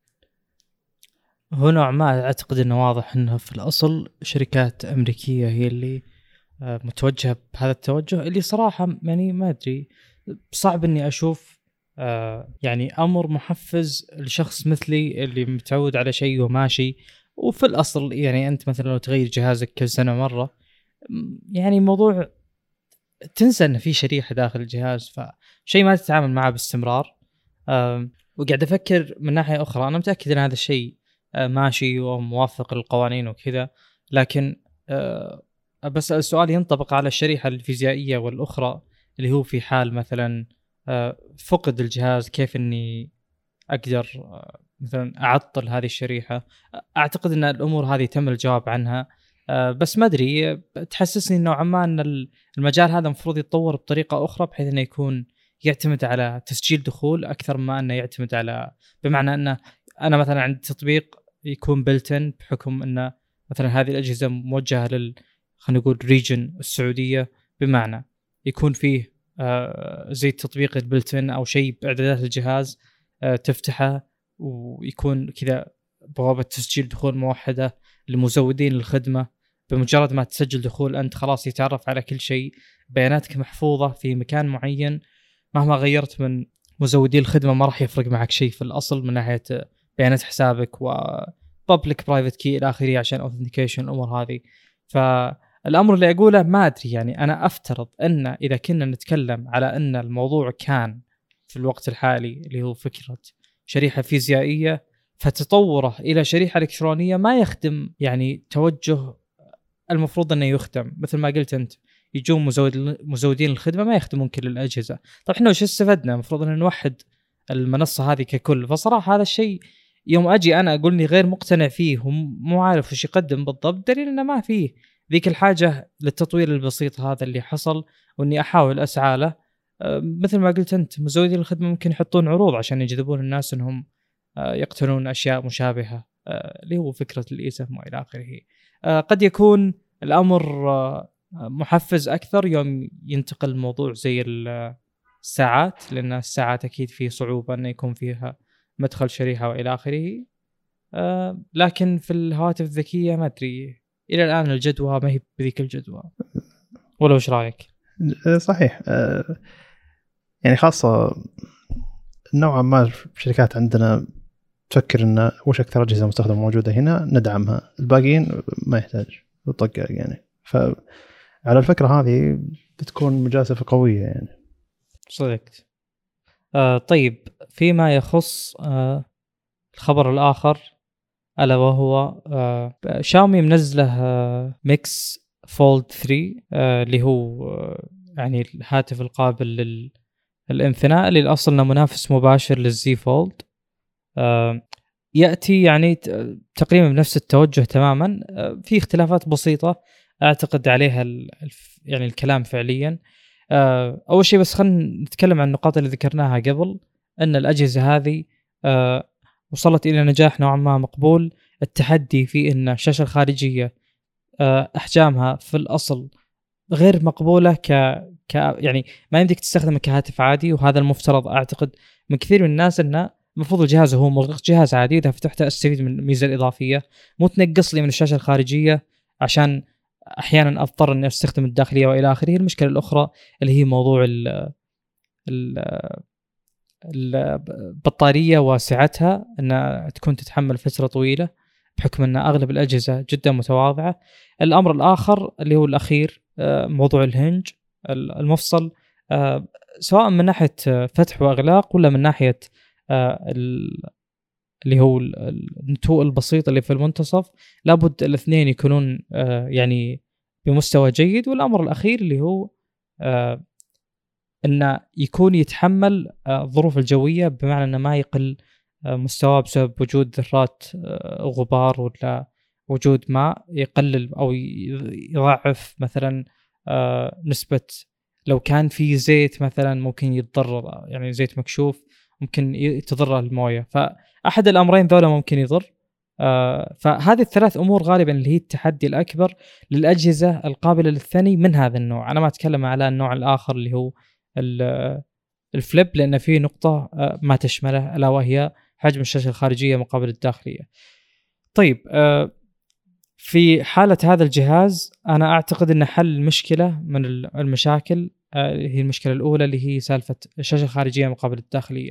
هنا ما أعتقد أنه واضح أنها في الأصل شركات أمريكية هي اللي متوجهة بهذا التوجه، اللي صراحة يعني ما أدري، صعب أني أشوف يعني أمر محفز لشخص مثلي اللي متعود على شيء وماشي. وفي الأصل يعني أنت مثلا لو تغير جهازك كل سنة مرة، يعني موضوع تنسى أن في شريحة داخل الجهاز، فشيء ما تتعامل معه باستمرار. وقاعد أفكر من ناحية أخرى، أنا متأكد أن هذا الشيء ماشي وموافق للقوانين وكذا، لكن بس السؤال ينطبق على الشريحة الفيزيائية والأخرى، اللي هو في حال مثلا فقد الجهاز كيف أني أقدر مثلا أعطل هذه الشريحة. أعتقد أن الأمور هذه تم الجواب عنها، بس ما أدري، تحسسني نوعا ما أن المجال هذا مفروض يتطور بطريقة أخرى، بحيث أنه يكون يعتمد على تسجيل دخول أكثر ما أنه يعتمد على، بمعنى أنه أنا مثلا عندي تطبيق يكون بلتن بحكم أن مثلا هذه الأجهزة موجهة لل خلينا نقول ريجن السعودية، بمعنى يكون فيه آه زي تطبيق البلتن أو شيء بإعدادات الجهاز آه تفتحه ويكون كذا بوابة تسجيل دخول موحدة لمزودين الخدمة. بمجرد ما تسجل دخول أنت خلاص يتعرف على كل شيء، بياناتك محفوظة في مكان معين، مهما غيرت من مزودين الخدمة ما راح يفرق معك شيء في الأصل من ناحية بيانات حسابك و public private key إلى آخره عشان authentication الأمور هذه. فالأمر اللي أقوله ما أدري، يعني أنا أفترض أن إذا كنا نتكلم على أن الموضوع كان في الوقت الحالي اللي هو فكرة شريحة فيزيائية، فتطوره إلى شريحة إلكترونية ما يخدم يعني توجه المفروض أنه يخدم. مثل ما قلت أنت، يجون مزود مزودين الخدمة ما يخدمون كل الأجهزة. طب إحنا وش استفدنا؟ المفروض أن نوحد المنصة هذه ككل. فصراحة هذا الشيء يوم أجي أنا أقولني غير مقتنع فيه ومو عارف وش يقدم بالضبط، دليل أنه ما فيه ذيك الحاجة للتطوير البسيط هذا اللي حصل، وإني أحاول أسعى له. مثل ما قلت أنت، مزودين الخدمة ممكن يحطون عروض عشان يجذبون الناس أنهم يقتنون أشياء مشابهة، اللي هو فكرة الإيسم وإلى آخره. قد يكون الأمر محفز أكثر يوم ينتقل الموضوع زي الساعات، لأن الساعات أكيد فيه صعوبة أن يكون فيها مدخل شريحة وإلى آخره. لكن في الهواتف الذكية ما أدري، إلى الآن الجدوى ما هي بذيك الجدوى. ولا وش رأيك؟ صحيح، يعني خاصة نوعا ما الشركات عندنا تفكر إن وش أكثر أجهزة مستخدمة موجودة هنا ندعمها، الباقيين ما يحتاج وطقق يعني. فعلى الفكرة هذه بتكون مجازفة قوية يعني. صدقت. آه طيب، فيما يخص آه الخبر الآخر، ألا وهو آه شاومي منزله آه ميكس فولد ثري، آه اللي هو آه يعني الهاتف القابل للانثناء، اللي الأصل إنه منافس مباشر للزي فولد. آه يأتي يعني تقريبا بنفس التوجه تماما، آه في اختلافات بسيطة أعتقد عليها يعني الكلام فعليا. آه أول شيء بس خلينا نتكلم عن النقاط اللي ذكرناها قبل، أن الأجهزة هذه آه وصلت إلى نجاح نوعا ما مقبول. التحدي في أن الشاشة الخارجية آه أحجامها في الأصل غير مقبولة ك... ك يعني ما يمديك تستخدمه كهاتف عادي، وهذا المفترض أعتقد من كثير من الناس أنه المفروض الجهاز هو مرغق جهاز عادي، إذا فتحته أستفيد من الميزة الإضافية، مو تنقص لي من الشاشة الخارجية عشان أحيانا أضطر أن أستخدم الداخلية وإلى آخره. المشكلة الأخرى اللي هي موضوع ال ال البطارية وسعتها أنها تكون تتحمل فترة طويلة بحكم أن أغلب الأجهزة جدا متواضعة. الأمر الآخر اللي هو الأخير موضوع الهنج المفصل، سواء من ناحية فتح وإغلاق ولا من ناحية اللي هو النتوء البسيط اللي في المنتصف، لابد الاثنين يكونون يعني بمستوى جيد. والأمر الأخير اللي هو أنه يكون يتحمل الظروف الجوية، بمعنى أنه ما يقل مستواه بسبب وجود ذرات غبار ولا وجود ماء يقلل أو يضاعف مثلا نسبة، لو كان في زيت مثلا ممكن يتضرر، يعني زيت مكشوف ممكن يتضرر الموية، فأحد الأمرين ذولا ممكن يضر. فهذه الثلاث أمور غالبا اللي هي التحدي الأكبر للأجهزة القابلة للثني من هذا النوع. أنا ما أتكلم على النوع الآخر اللي هو الفليب، لأن فيه نقطة ما تشمله ألا وهي حجم الشاشة الخارجية مقابل الداخلية. طيب في حالة هذا الجهاز أنا أعتقد أن حل المشكلة من المشاكل هي المشكلة الأولى اللي هي سالفة الشاشة الخارجية مقابل الداخلية.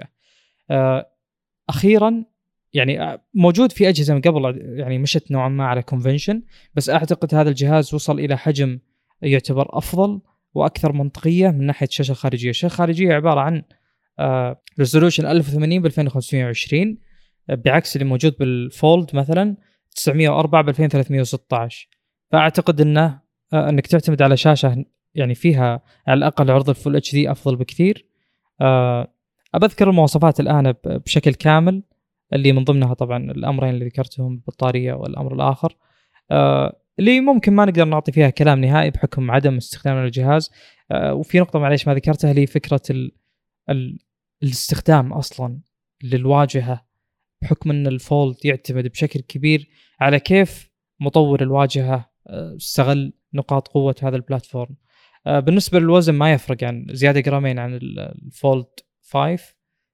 أخيرا يعني موجود في أجهزة من قبل يعني مشت نوعا ما على كونفنشن، بس أعتقد هذا الجهاز وصل إلى حجم يعتبر أفضل وأكثر منطقية من ناحية الشاشة الخارجية. الشاشة الخارجية عبارة عن ريزولوشن ألف وثمانين ب ألفين وخمسمائة وعشرين، بعكس اللي موجود بالفولد مثلا تسعمائة وأربعة ب ألفين وثلاثمائة وستة عشر. فأعتقد أنه أنك تعتمد على شاشة يعني فيها على الأقل عرض الفول اتش دي أفضل بكثير. أبذكر المواصفات الآن بشكل كامل اللي من ضمنها طبعا الأمرين اللي ذكرتهم، البطارية والأمر الآخر اللي ممكن ما نقدر نعطي فيها كلام نهائي بحكم عدم استخدامنا للجهاز. وفي نقطة معليش ما ذكرتها لي فكرة ال ال الاستخدام أصلا للواجهة، بحكم أن الفولد يعتمد بشكل كبير على كيف مطور الواجهة استغل نقاط قوة هذا البلاتفورم. بالنسبة للوزن ما يفرق عن زيادة جرامين عن الفولد خمسة،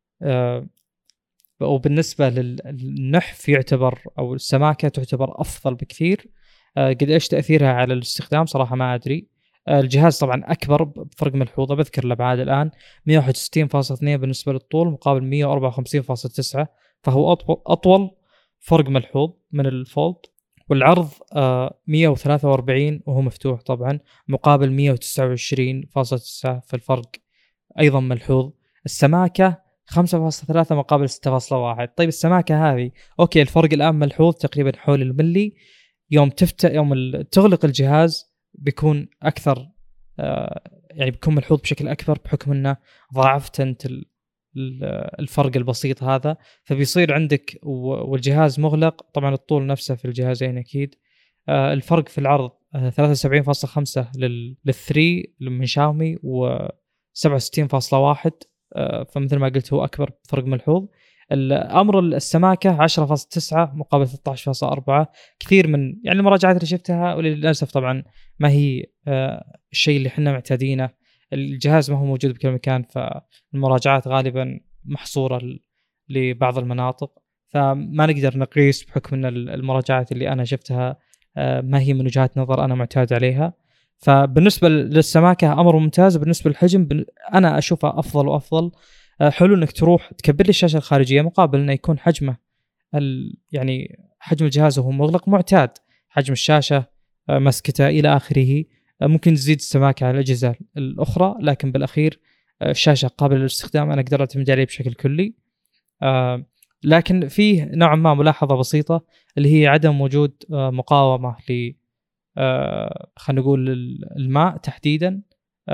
وبالنسبة للنحف يعتبر أو السماكة تعتبر أفضل بكثير. قد إيش تأثيرها على الاستخدام صراحة ما أدري. الجهاز طبعا أكبر بفرق ملحوظة، بذكر الأبعاد الآن مئة وواحد وستين فاصلة اثنين بالنسبة للطول مقابل مئة وأربعة وخمسين فاصلة تسعة، فهو أطول, أطول فرق ملحوظ من الفولد. والعرض مئة وثلاثة وأربعين وهو مفتوح طبعا مقابل مئة وتسعة وعشرين فاصلة تسعة، في الفرق أيضا ملحوظ. السماكة خمسة فاصلة ثلاثة مقابل ستة فاصلة واحد. طيب السماكة هذه أوكي، الفرق الآن ملحوظ تقريبا حول الملي. يوم تفتح يوم تغلق الجهاز بيكون أكثر، آه يعني بيكون ملحوظ بشكل أكبر بحكم أنه ضاعفت أنت الفرق البسيط هذا، فبيصير عندك والجهاز مغلق. طبعا الطول نفسه في الجهازين أكيد. آه الفرق في العرض آه ثلاثة وسبعين فاصلة خمسة للثري من شاومي وسبعة وستين فاصلة واحد، آه فمثل ما قلت هو أكبر فرق ملحوظ. الأمر السماكة عشرة فاصلة تسعة مقابل ثلاثة عشر فاصلة أربعة. كثير من يعني المراجعات اللي شفتها وللأسف طبعا ما هي آه الشيء اللي احنا معتادينه، الجهاز ما هو موجود بكل مكان، فالمراجعات غالبا محصورة لبعض المناطق، فما نقدر نقيس بحكم أن المراجعات اللي أنا شفتها آه ما هي من وجهات نظر أنا معتاد عليها. فبالنسبة للسماكة أمر ممتاز. بالنسبة للحجم أنا أشوفها أفضل وأفضل. حلو انك تروح تكبر لي الشاشه الخارجيه مقابل انه يكون حجمه يعني حجم الجهاز وهو مغلق معتاد، حجم الشاشه مسكته الى اخره. ممكن تزيد السماكه على الاجهزه الاخرى، لكن بالاخير الشاشه قابله للاستخدام، انا اقدر اعتمد عليه بشكل كلي. لكن فيه نوعا ما ملاحظه بسيطه اللي هي عدم وجود مقاومه ل خلينا نقول الماء تحديدا.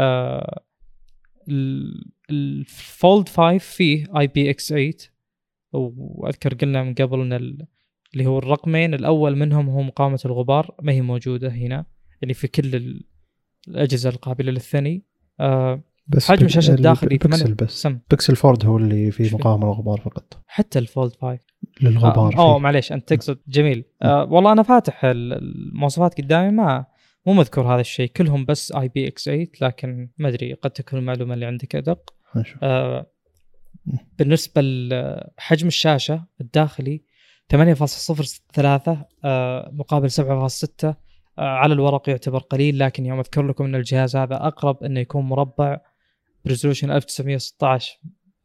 الفولد خمسة فيه آي بي إكس ثمانية، وأذكر قلنا من قبل أن اللي هو الرقمين الأول منهم هو مقاومة الغبار، ما هي موجودة هنا اللي في كل الأجهزة القابلة للثني. أه بس حجم الشاشة الداخلي بيكسل بس سم. بيكسل فولد هو اللي فيه مقاومة الغبار فقط، حتى الفولد خمسة للغبار. أه معليش أنت تقصد جميل. أه والله أنا فاتح المواصفات قدامي ما مو مذكور هذا الشيء، كلهم بس آي بي إكس ثمانية، لكن ما أدري قد تكون المعلومة اللي عندك أدق. آه بالنسبة لحجم الشاشة الداخلي ثمانية فاصلة صفر ثلاثة آه مقابل سبعة فاصلة ستة. آه على الورق يعتبر قليل، لكن يوم أذكر لكم أن الجهاز هذا أقرب أنه يكون مربع بريزولوشن ألف وتسعمائة وستة عشر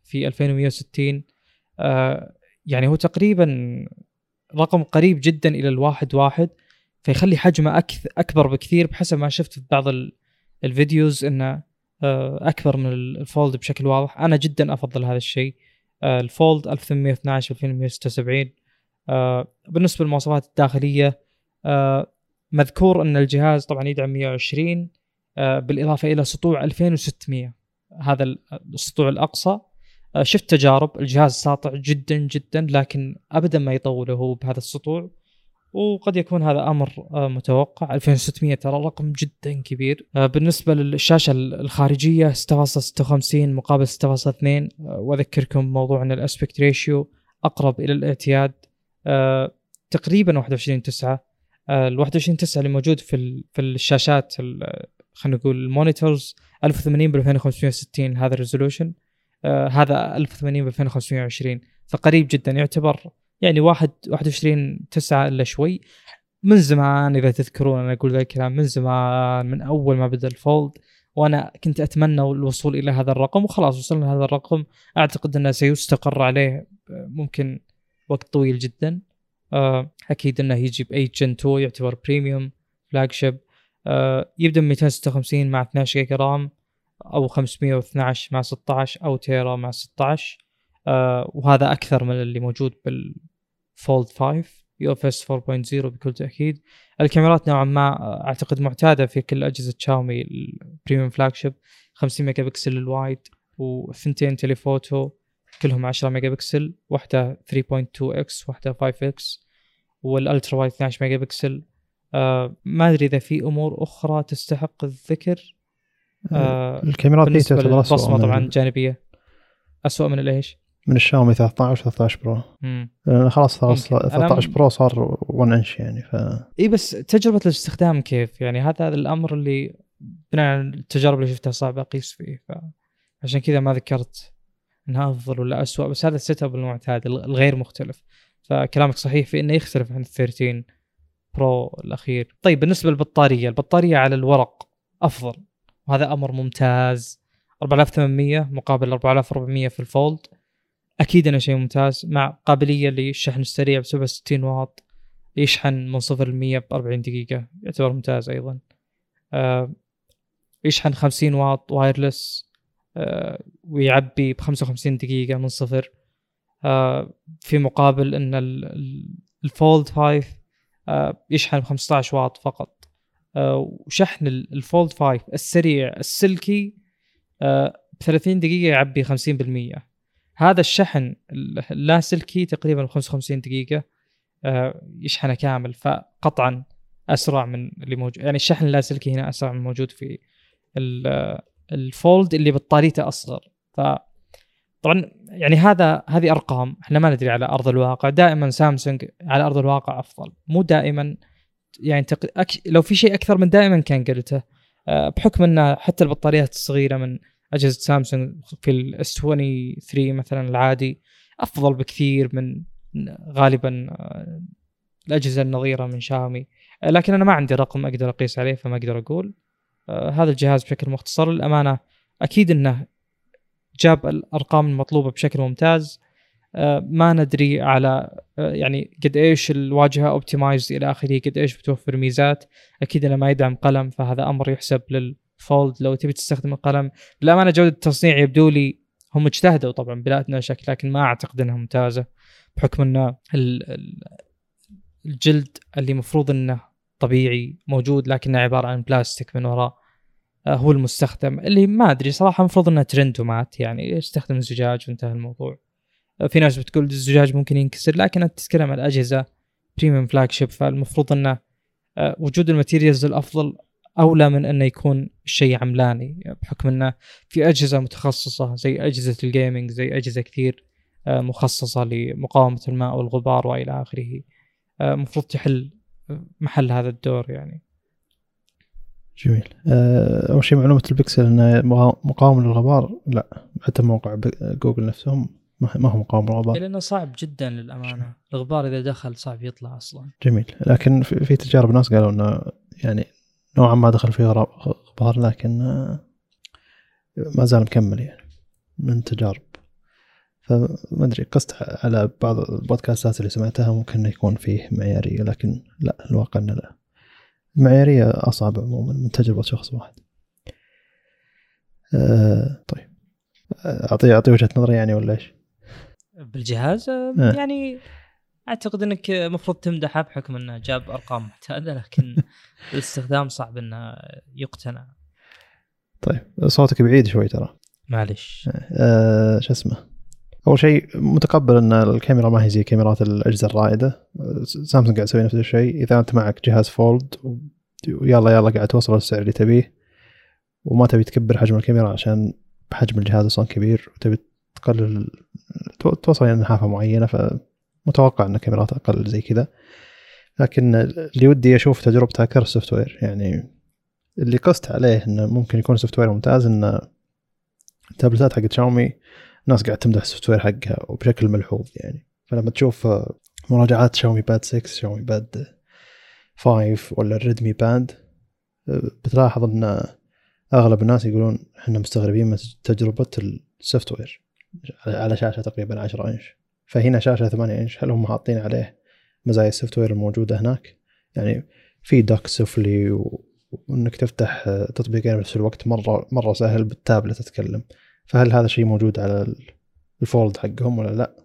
في ألفين ومئة وستين. آه يعني هو تقريبا رقم قريب جدا إلى الواحد واحد، فيخلي حجمه أكثر أكبر بكثير بحسب ما شفت في بعض الفيديوز إنه آه أكبر من الفولد بشكل واضح. أنا جدا أفضل هذا الشيء. آه الفولد ألف وثمانمئة واثني عشر ألفين ومئة وستة وسبعين. آه بالنسبة للمواصفات الداخلية، آه مذكور أن الجهاز طبعا يدعم مئة وعشرين آه بالإضافة إلى سطوع ألفين وستمئة، هذا السطوع الأقصى. آه شفت تجارب الجهاز ساطع جدا جدا، لكن أبدا ما يطوله هو بهذا السطوع، وقد يكون هذا أمر آه متوقع. ألفين وستمئة ترى رقم جدا كبير. آه بالنسبة للشاشة الخارجية ستة فاصلة ستة وخمسين مقابل ستة فاصلة اثنين، آه وأذكركم موضوع أن الأسبكت ريشيو أقرب إلى الاعتياد، آه تقريبا واحد وعشرين تسعة. آه ال واحد وعشرين تسعة اللي موجود في في الشاشات خلينا نقول المونيتورز ألف وثمانين ب ألفين وخمسمئة وستين هذا الريزولوشن، آه هذا ألف وثمانين ب ألفين وخمسمئة وعشرين، فقريب جدا يعتبر يعني واحد واحد وعشرين تسعة إلا شوي. من زمان إذا تذكرون أنا أقول ذا الكلام من زمان، من أول ما بدأ الفولد وأنا كنت أتمنى الوصول إلى هذا الرقم، وخلاص وصلنا لهذا الرقم. أعتقد أنه سيستقر عليه ممكن وقت طويل جدا. آه أكيد أنه يجي ب إيت جن تو يعتبر بريميوم فلاجشيب. آه يبدأ ب مئتين وستة وخمسين مع اثني عشر جيجا رام، أو خمسمئة واثني عشر مع ستة عشر، أو تيرا مع ستة عشر. آه وهذا أكثر من اللي موجود بالفولد خمسة يو إف إس أربعة نقطة صفر بكل تأكيد. الكاميرات نوعا ما أعتقد معتادة في كل أجهزة شاومي البريميوم فلاجشيب، خمسين ميجا بكسل الوايد وثنتين تيليفوتو كلهم عشرة ميجا بكسل، واحدة ثلاثة فاصلة اثنين إكس واحدة خمسة إكس، والألترا وايد اثني عشر ميجا بكسل. آه ما أدري إذا في أمور أخرى تستحق الذكر. آه الكاميرات دي تعتبر أسوأ طبعا جانبية، أسوأ من الإيش؟ من الشاومي ثلاثة عشر ثلاثة عشر برو. آه خلاص ثلاثة عشر برو صار واحد انش يعني. ف إيه بس تجربة الاستخدام كيف يعني؟ هذا الأمر اللي بناء على التجارب اللي شفتها صعب أقيس فيه، فعشان كذا ما ذكرت انها افضل ولا اسوأ. بس هذا السيت اب المعتاد الغير مختلف، فكلامك صحيح في انه يختلف عن ثلاثة عشر برو الاخير. طيب بالنسبه للبطاريه، البطاريه على الورق افضل، وهذا امر ممتاز. أربعة آلاف وثمانمئة مقابل أربعة آلاف وأربعمئة في الفولد، اكيد انه شيء ممتاز، مع قابليه للشحن السريع ب سبعة وستين واط، يشحن من صفر ل مئة ب أربعين دقيقه، يعتبر ممتاز ايضا. آه يشحن خمسين واط وايرلس، آه ويعبي بخمسة وخمسين دقيقة من صفر، آه في مقابل ان الفولد خمسة آه يشحن بخمسة عشر واط فقط. آه وشحن الفولد خمسة السريع السلكي آه بثلاثين دقيقة يعبي خمسين بالمئة. هذا الشحن اللا سلكي تقريبا خمسة وخمسين دقيقة آه يشحنه كامل، فقطعا أسرع من اللي موجود. يعني الشحن اللا سلكي هنا أسرع من موجود في الفولد اللي بطاريته أصغر. فطبعا يعني هذا هذه أرقام احنا ما ندري على أرض الواقع. دائما سامسونج على أرض الواقع أفضل، مو دائما يعني تق... أك... لو في شيء أكثر من دائما كان قلته، أه بحكم أن حتى البطاريات الصغيرة من أجهزة سامسونج في الاس ثلاثة وعشرين مثلا العادي أفضل بكثير من غالبا الأجهزة النظيرة من شاومي. أه لكن أنا ما عندي رقم أقدر أقيس عليه، فما أقدر أقول. آه هذا الجهاز بشكل مختصر الأمانة أكيد أنه جاب الأرقام المطلوبة بشكل ممتاز. آه ما ندري على آه يعني قد إيش الواجهة أوبتيمايز إلى آخره، قد إيش بتوفر ميزات. أكيد أنه ما يدعم قلم، فهذا أمر يحسب للفولد لو تبي تستخدم القلم. الأمانة جودة التصنيع يبدو لي هم اجتهدوا طبعا بلا أدنى شك، لكن ما أعتقد أنها ممتازة، بحكم أن الجلد اللي مفروض أنه طبيعي موجود لكنه عبارة عن بلاستيك من وراء هو المستخدم، اللي ما أدري صراحة مفروض أنه ترند ومات، يعني يستخدم الزجاج وانتهى الموضوع. في ناس بتقول الزجاج ممكن ينكسر، لكن أنت تتكلم عن الأجهزة بريميوم فلاجشيب، فالمفروض أنه وجود الماتيريالز الأفضل أولى من أنه يكون شيء عملاني، بحكم أنه في أجهزة متخصصة زي أجهزة الجيمينج، زي أجهزة كثير مخصصة لمقاومة الماء والغبار وإلى آخره، مفروض تحل محل هذا الدور يعني. جميل. أول شيء معلومة البكسل أنه مقاوم للغبار، لا حتى موقع جوجل نفسهم ما هو مقاوم للغبار، لأنه صعب جدا للأمانة. الغبار إذا دخل صعب يطلع أصلا. جميل. لكن في تجارب ناس قالوا أنه يعني نوعا ما دخل فيه غبار، لكن ما زال مكمل يعني من تجارب. فما ادري قست على بعض البودكاستات اللي سمعتها ممكن يكون فيه معياريه، لكن لا الواقع انه لا، المعياريه اصعب عموما من تجربه شخص واحد. أه طيب اعطي اعطي وجهه نظري يعني ولا ايش بالجهاز أه. يعني اعتقد انك مفروض تمدحه بحكم انه جاب ارقام محتاجه، لكن الاستخدام صعب انه يقتنع. طيب صوتك بعيد شوي ترى معلش. أه شو اسمه، اول شيء متقبل ان الكاميرا ما هي زي كاميرات الاجهزه الرائده، سامسونج قاعد تسوي نفس الشيء. اذا انت معك جهاز فولد ويلا يلا قاعد توصل للسعر اللي تبيه وما تبي تكبر حجم الكاميرا عشان بحجم الجهاز اصلا كبير وتبي تقلل توصل الى نحافه معينه، فمتوقع ان كاميرات اقل زي كذا. لكن اللي ودي اشوف تجربة هاكر السوفت وير، يعني اللي قست عليه انه ممكن يكون سوفت وير ممتاز، ان التابلتات حقت شاومي الناس قاعد تمدح السوفت وير حقها وبشكل ملحوظ يعني. فلما تشوف مراجعات شاومي باد ستة، شاومي باد خمسة ولا الريدمي باد، بتلاحظ ان اغلب الناس يقولون احنا مستغربين من تجربة السوفت وير على شاشة تقريبا عشرة انش. فهنا شاشة ثمانية انش، هل هم حاطين عليه مزايا السوفت وير الموجودة هناك؟ يعني في دوك سفلي و... وانك تفتح تطبيقين بنفس الوقت مرة مرة سهل بالتابلت تتكلم. فهل هذا شيء موجود على الفولد حقهم ولا لا؟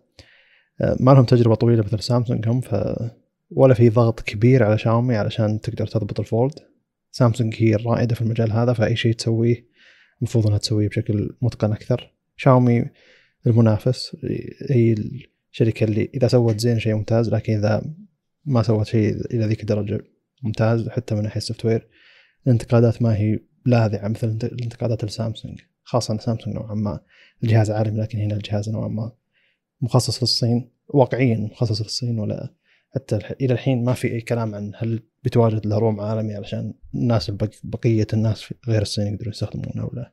ما لهم تجربة طويلة مثل سامسونج هم، ف ولا في ضغط كبير على شاومي علشان تقدر تضبط الفولد. سامسونج هي الرائدة في المجال هذا، فأي شيء تسويه المفروض أنها تسويه بشكل متقن أكثر. شاومي المنافس، هي الشركة اللي إذا سوت زين شيء ممتاز، لكن إذا ما سوت شيء إلى ذيك الدرجة ممتاز حتى من ناحية السوفت وير، الانتقادات ما هي لاذعة مثل الانتقادات لسامسونج. خاصة أن سامسونج نوعا ما الجهاز عالمي، لكن هنا الجهاز نوعا ما مخصص للصين، واقعيا مخصص للصين، ولا حتى إلى الحين ما في أي كلام عن هل بتواجد له روم عالمي علشان الناس بقية الناس في غير الصين يقدرون يستخدمونه ولا.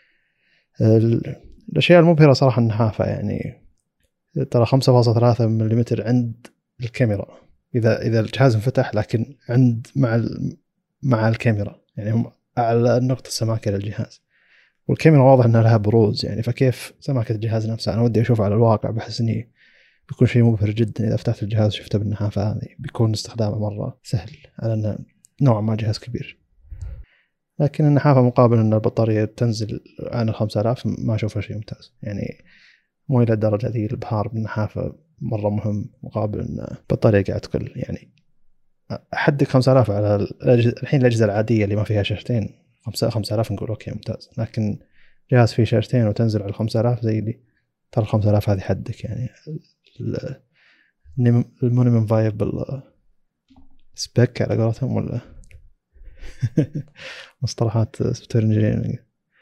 الأشياء المبهرة صراحة النحافة، يعني ترى خمسة فاصلة ثلاثة ملم عند الكاميرا إذا إذا الجهاز انفتح، لكن عند مع مع الكاميرا يعني هم على النقطة السماكة للجهاز، والكاميرا واضح أنها لها بروز يعني. فكيف سماكة الجهاز نفسها؟ أنا ودي أشوف على الواقع، بحس إني بيكون شيء مبهر جدا إذا فتحت الجهاز شفته بالنحافة هذه، بيكون استخدامه مرة سهل على أنه نوعا ما جهاز كبير. لكن النحافة مقابل أن البطارية تنزل عن الخمسة آلاف ما أشوفها شيء ممتاز يعني. مو إلى الدرجة ذي البهار بالنحافة مرة مهم، مقابل أن البطارية قاعد تقل يعني. أحدك خمسة آلاف على الحين الأجهزة العادية اللي ما فيها شاشتين، خمسة خمسة آلاف نقول أوكي ممتاز، لكن جهاز فيه شاشتين وتنزل على الخمسة آلاف زي دي، ترى الخمسة آلاف هذه حدك يعني. المينيمم فايبل سبيك على قولتهم، ولا مصطلحات سوفت وير انجينيرنج.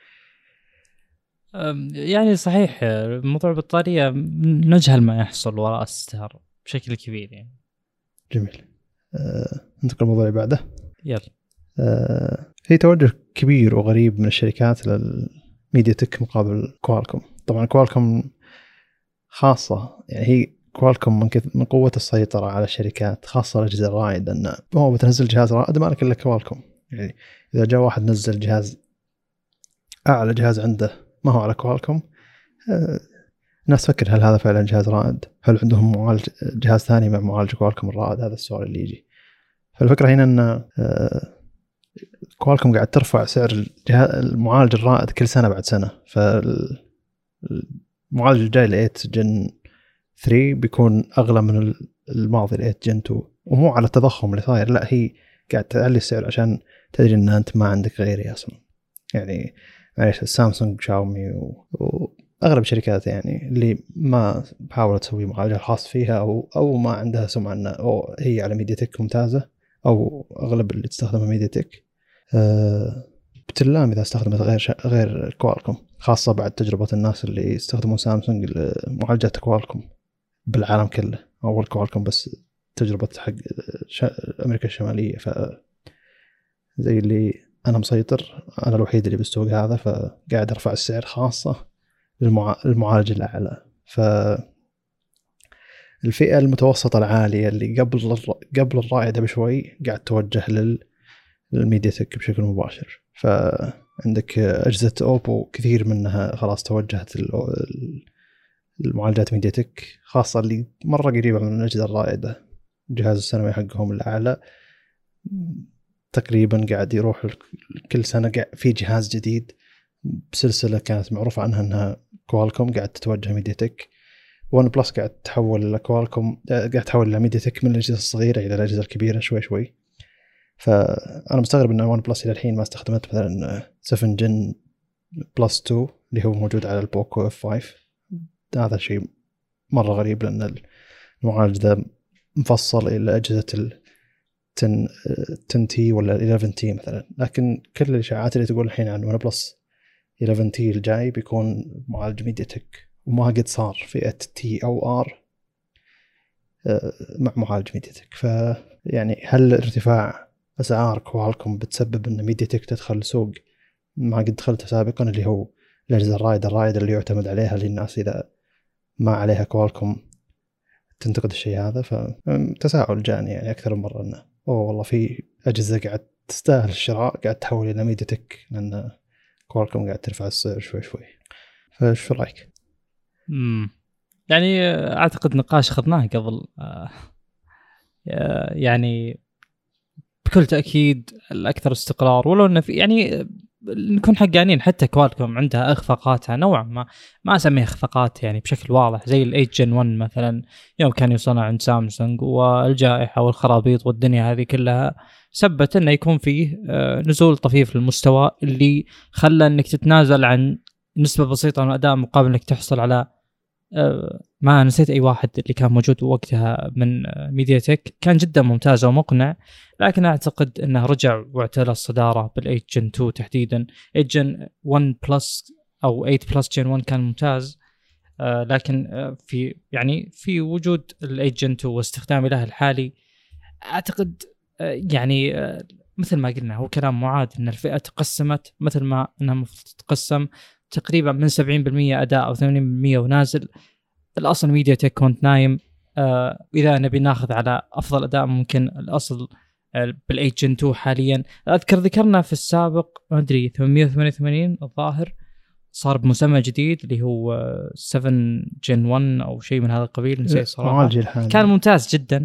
يعني صحيح موضوع البطارية نجهل ما يحصل وراء الستار بشكل كبير يعني. جميل. أه، ننتقل الموضوع اللي بعده. يلا. أه، في توجه كبير وغريب من الشركات للميديا تك مقابل كوالكوم. طبعا كوالكوم خاصة يعني، هي كوالكوم من, من قوة السيطرة على الشركات خاصة الأجهزة الرائدة، أنه هو بتنزل جهاز رائد ما لك إلا كوالكوم. يعني إذا جاء واحد نزل جهاز أعلى جهاز عنده ما هو على كوالكوم، أه الناس تفكر هل هذا فعلا جهاز رائد؟ هل عندهم معالج جهاز ثاني مع معالج كوالكوم الرائد؟ هذا السؤال اللي يجي. فالفكرة هنا أن أه كوالكوم قاعد ترفع سعر المعالج الرائد كل سنة بعد سنة. فالمعالج الجاي ل ثمانية جن ثلاثة بيكون أغلى من الماضي ل ثمانية جن اثنين، ومو على التضخم اللي صاير، لا هي قاعد تعلي السعر عشان تدري أن أنت ما عندك غيري أصلا. يعني معليش السامسونج شاومي و... وأغلب الشركات يعني اللي ما بحاول تسوي معالج خاص فيها أو أو ما عندها سمعة أن أو هي على ميديا تك ممتازة، أو أغلب اللي تستخدمها ميديا تك أه بتلام إذا استخدمت غير شا... غير كوالكوم، خاصة بعد تجربة الناس اللي يستخدمون سامسونج معالجات كوالكوم بالعالم كله. أول كوالكوم بس تجربة حق ش... أمريكا الشمالية، ف زي اللي أنا مسيطر، أنا الوحيد اللي بالسوق هذا، فقاعد أرفع السعر خاصة للمع... المعالج الأعلى. فالفئة المتوسطة العالية اللي قبل الر... قبل الرائدة بشوي قاعد توجه لل... للميديا تك بشكل مباشر. فعندك أجهزة أوبو كثير منها خلاص توجهت المعالجات ميديا تك، خاصة اللي مرة قريبة من الأجهزة الرائدة. الجهاز السنوي حقهم الأعلى تقريبا قاعد يروح كل سنة قاعد في جهاز جديد بسلسلة كانت معروفة عنها أنها كوالكوم قاعد تتوجه ميديا تك. ون بلس قاعد تحول لكوالكوم، قاعد تحول لميديا تك من الأجهزة الصغيرة إلى الأجهزة الكبيرة شوي شوي. فأنا مستغرب أن ون بلس إلى الحين ما استخدمت مثلا سفن جن بلس تو اللي هو موجود على البوكو اف خمسة. هذا شيء مرة غريب لأن المعالج ذا مفصل إلى أجهزة ال عشرة تي ولا إحدى عشر تي مثلا. لكن كل الإشاعات اللي تقول الحين عن ون بلس إحدى عشر تي الجاي بيكون معالج ميديا تك، وما قد صار فئة تي أو آر مع معالج ميديا تك. فيعني هل ارتفاع أسعار كوالكوم بتسبب أن ميديا تك تدخل سوق ما قد دخلته سابقا، اللي هو الأجهزة الرائدة الرائدة اللي يعتمد عليها للناس إذا ما عليها كوالكوم تنتقد الشيء هذا؟ فتساؤل جاني يعني أكثر من مرة أنه أوه والله في أجهزة قاعد تستاهل الشراء قاعد تحول إلى ميديا تك لأن كوالكوم قاعد ترفع السعر شوي شوي. فشو رأيك؟ امم يعني أعتقد نقاش خذناه قبل، يعني بكل تأكيد الأكثر استقرار، ولو إنه في يعني نكون حقانين حتى كوالكوم عندها إخفاقاتها نوعا ما، ما أسميها إخفاقات يعني بشكل واضح، زي الإيت جن ون مثلا يوم كان يصنع عند سامسونج والجائحة والخرابيط والدنيا هذه كلها سبت إنه يكون فيه نزول طفيف للمستوى اللي خلى إنك تتنازل عن نسبة بسيطة من الأداء مقابل إنك تحصل على ما نسيت أي واحد اللي كان موجود وقتها من ميديا تك كان جدا ممتاز ومقنع. لكن أعتقد أنه رجع واعتلى الصدارة بالإيت جن تو تحديدا. إيت جن ون بلس أو إيت بلس جن ون كان ممتاز، آه لكن آه في يعني في وجود الإيت جن تو واستخدامه له الحالي أعتقد آه يعني آه مثل ما قلنا هو كلام معاد إن الفئة تقسمت مثل ما أنها مفروض تتقسم تقريبا من سبعين بالمية أداء أو ثمانين بالمية ونازل. الأصل ميديا تك كنت نايم. آه إذا نبي ناخذ على أفضل أداء ممكن الأصل بالإيت جن تو حاليا. أذكر ذكرنا في السابق ما أدري ثمانمية وثمانية وثمانين الظاهر صار بمسمى جديد اللي هو سفن جن ون أو شيء من هذا القبيل، نسيت صراحة. كان ممتاز جدا.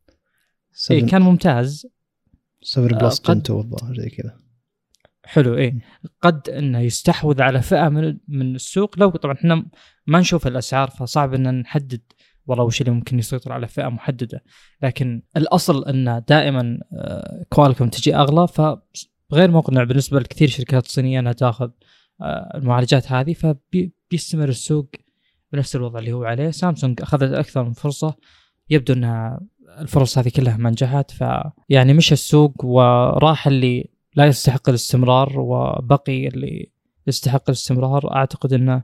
إيه كان ممتاز. سفن بلس جن تو الظاهر زي كذا حلو. إيه قد إنه يستحوذ على فئة من من السوق. لو طبعا إحنا ما نشوف الأسعار فصعب إن نحدد والله وش اللي ممكن يسيطر على فئة محددة، لكن الأصل أن دائما كوالكوم تجي أغلى، فغير مقنع بالنسبة لكثير شركات صينية أنها تأخذ المعالجات هذه، فبيستمر السوق بنفس الوضع اللي هو عليه. سامسونج أخذت أكثر من فرصة، يبدو أنها الفرص هذه كلها ما نجحت، فيعني مش السوق وراح اللي لا يستحق الاستمرار وبقي اللي يستحق الاستمرار. أعتقد أنه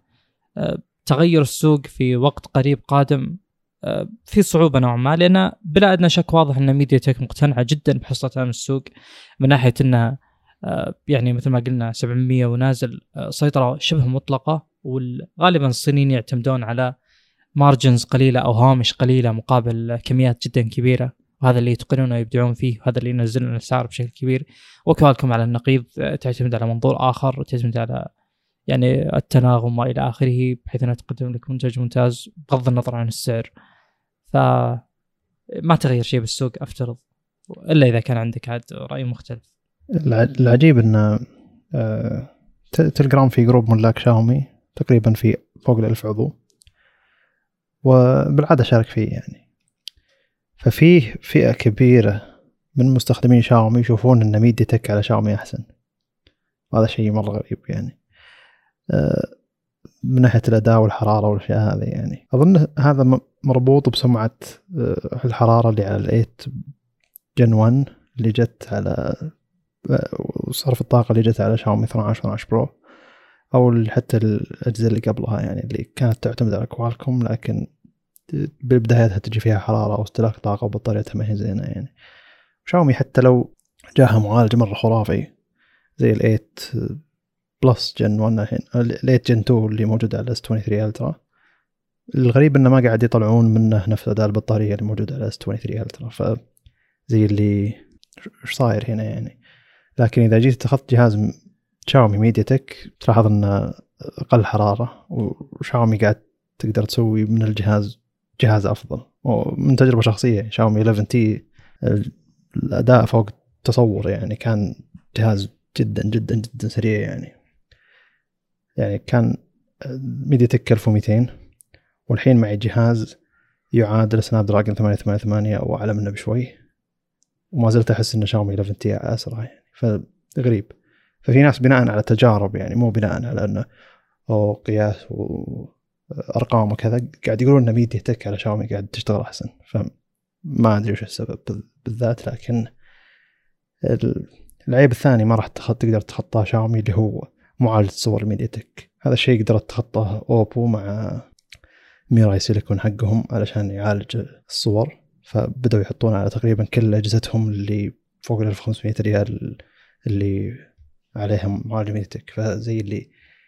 تغير السوق في وقت قريب قادم في صعوبة نوعا ما، لأن بلا أدنى شك واضح أن ميديا تك مقتنعة جدا بحصتها من السوق من ناحية أنها يعني مثل ما قلنا سبعمية ونازل سيطرة شبه مطلقة، وغالبا الصينيين يعتمدون على مارجنز قليلة أو هامش قليلة مقابل كميات جدا كبيرة، وهذا اللي يتقنون ويبدعون فيه، وهذا اللي ينزلون الأسعار بشكل كبير. وكوالكوم على النقيض تعتمد على منظور آخر وتعتمد على يعني التناغم وإلى آخره، بحيث أنها تقدم لك منتج ممتاز بغض النظر عن السعر. فما تغير شيء بالسوق أفترض، إلا إذا كان عندك عاد رأي مختلف. العجيب أن تلقرام في جروب ملاك شاومي تقريبا في فوق الألف عضو، وبالعادة شارك فيه يعني. ففيه فئة كبيرة من مستخدمين شاومي يشوفون أن ميديا تك على شاومي أحسن، وهذا شيء مرة غريب يعني من ناحية الأداء والحرارة والأشياء هذه. يعني أظن هذا مربوط بسمعة الحرارة اللي على الإيت جن ون اللي جت على صرف الطاقة اللي جت على شاومي اثنا عشر اثنا عشر برو، أو حتى الأجهزة اللي قبلها يعني اللي كانت تعتمد على كوالكوم لكن ببدايتها تجي فيها حرارة أو استهلاك طاقة وبطاريتها ما هي زينة يعني. شاومي حتى لو جاها معالج مرة خرافي زي الإيت بلس جن ون الحين، الإيت جن تو اللي موجود على إس ثلاثة وعشرين ألترا، الغريب إنه ما قاعد يطلعون منه نفس أداء البطارية اللي موجود على إس ثلاثة وعشرين ألترا، فزي اللي إيش صاير هنا يعني. لكن إذا جيت أخذت جهاز شاومي ميديا تك تلاحظ إنه أقل حرارة، وشاومي قاعد تقدر تسوي من الجهاز جهاز أفضل. ومن تجربة شخصية شاومي إحدى عشر تي الأداء فوق التصور، يعني كان جهاز جدا جدا جدا سريع. يعني يعني كان ميديا تك ألف ومئتين، والحين معي جهاز يعادل سناب دراجون ثمانية ثمانية ثمانية أو أعلى منه بشوي، وما زلت أحس إن شاومي إحدى عشر تي أسرع يعني. فغريب. ففي ناس بناء على تجارب، يعني مو بناء على أنه أو قياس وأرقام وكذا، قاعد يقولون إن ميديا تك على شاومي قاعد تشتغل أحسن. فما أدري وش السبب بالذات، لكن العيب الثاني ما راح تقدر تخطاه شاومي، اللي هو معالجة صور ميديا تك. هذا الشيء قدرت تخطاه أوبو مع ميراي سيليكون حقهم علشان يعالج الصور، فبدأوا يحطون على تقريبا كل أجهزتهم اللي فوق ال ألف وخمسمئة ريال اللي عليهم معالج ميديا تك. فزي اللي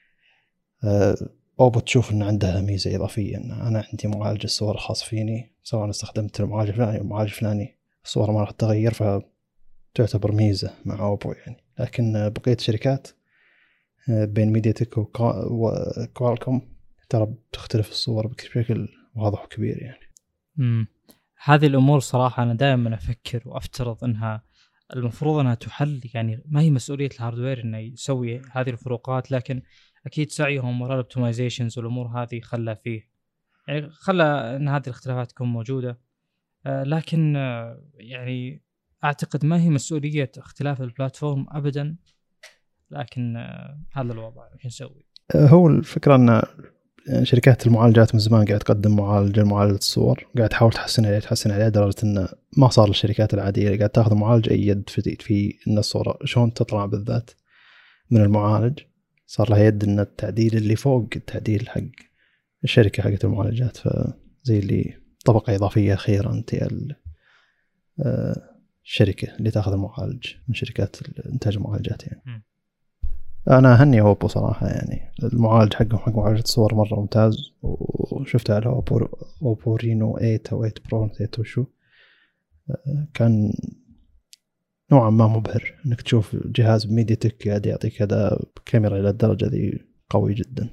أوبو تشوف إن عندها ميزة إضافية، إن أنا عندي معالج الصور الخاص فيني، سواء استخدمت المعالج الفلاني أو المعالج الفلاني الصور ما راح تتغير، فتعتبر ميزة مع أوبو يعني. لكن بقية الشركات بين ميديا تك وكوالكوم ترى بتختلف الصور بشكل واضح وكبير يعني. امم هذه الأمور صراحة أنا دائما أفكر وأفترض أنها المفروض أنها تحل، يعني ما هي مسؤولية الهاردوير إنه يسوي هذه الفروقات، لكن أكيد سعيهم وراء الأوبتمايزيشنز والأمور هذه خلى فيه، يعني خلى أن هذه الاختلافات تكون موجودة. آه لكن آه يعني أعتقد ما هي مسؤولية اختلاف البلاتفورم أبدا، لكن آه هذا الوضع وش نسوي. هو الفكرة أن شركات المعالجات من زمان قاعد تقدم معالجة معالجة الصور، قاعد تحاول تحسن عليه تحسن عليه لدرجة إنه ما صار الشركات العادية قاعد تأخذ معالج أي يد في في إن الصورة شلون تطلع بالذات من المعالج، صار لها يد إن التعديل اللي فوق التعديل حق الشركة حقت المعالجات. فزي اللي طبقة إضافية أخيرا أنت الشركة اللي تأخذ المعالج من شركات إنتاج المعالجات يعني. م. أنا أهني أوبو صراحة، يعني المعالج حقهم حق معالجة الصور مرة ممتاز، وشفته على أوبو أوبو رينو ثمانية أو ثمانية برو نسيت وشو، كان نوعا ما مبهر إنك تشوف جهاز بميديا تك قاعد يعطيك هذا كاميرا إلى الدرجة ذي قوي جدا.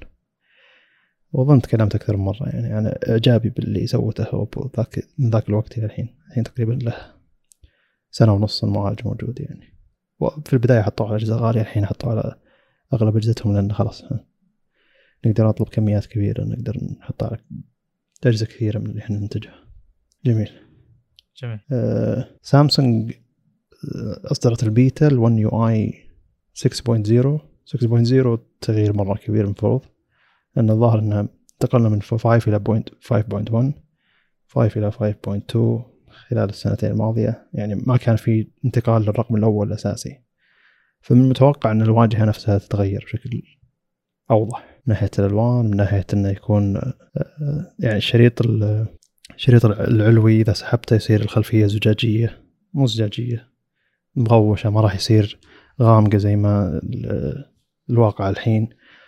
وظن تكلمت أكثر من مرة يعني أنا إعجابي باللي سوته أوبو ذاك من ذاك الوقت إلى الحين. الحين تقريبا له سنة ونص المعالج موجود يعني، وفي البداية حطوه على أجهزة غالية، الحين حطوه على أغلب أجهزتهم لأن خلاص نقدر نطلب كميات كبيرة، نقدر نحط على أجهزة كثيرة من اللي إحنا ننتجها. جميل جميل. آه، سامسونج أصدرت البيتا الون يو آي ستة نقطة صفر ستة نقطة صفر تغيير مرة كبير المفروض، لأن الظاهر أنها انتقلنا من خمسة إلى خمسة نقطة واحد خمسة إلى خمسة نقطة اثنين خلال السنتين الماضية، يعني ما كان في انتقال للرقم الأول الأساسي. فمن المتوقع أن الواجهة نفسها تتغير بشكل أوضح من ناحية الألوان، من ناحية أنه يكون يعني الشريط الشريط العلوي إذا سحبته يصير الخلفية زجاجية مو زجاجية مغوشة، ما راح يصير غامقة زي ما الواقع الحين.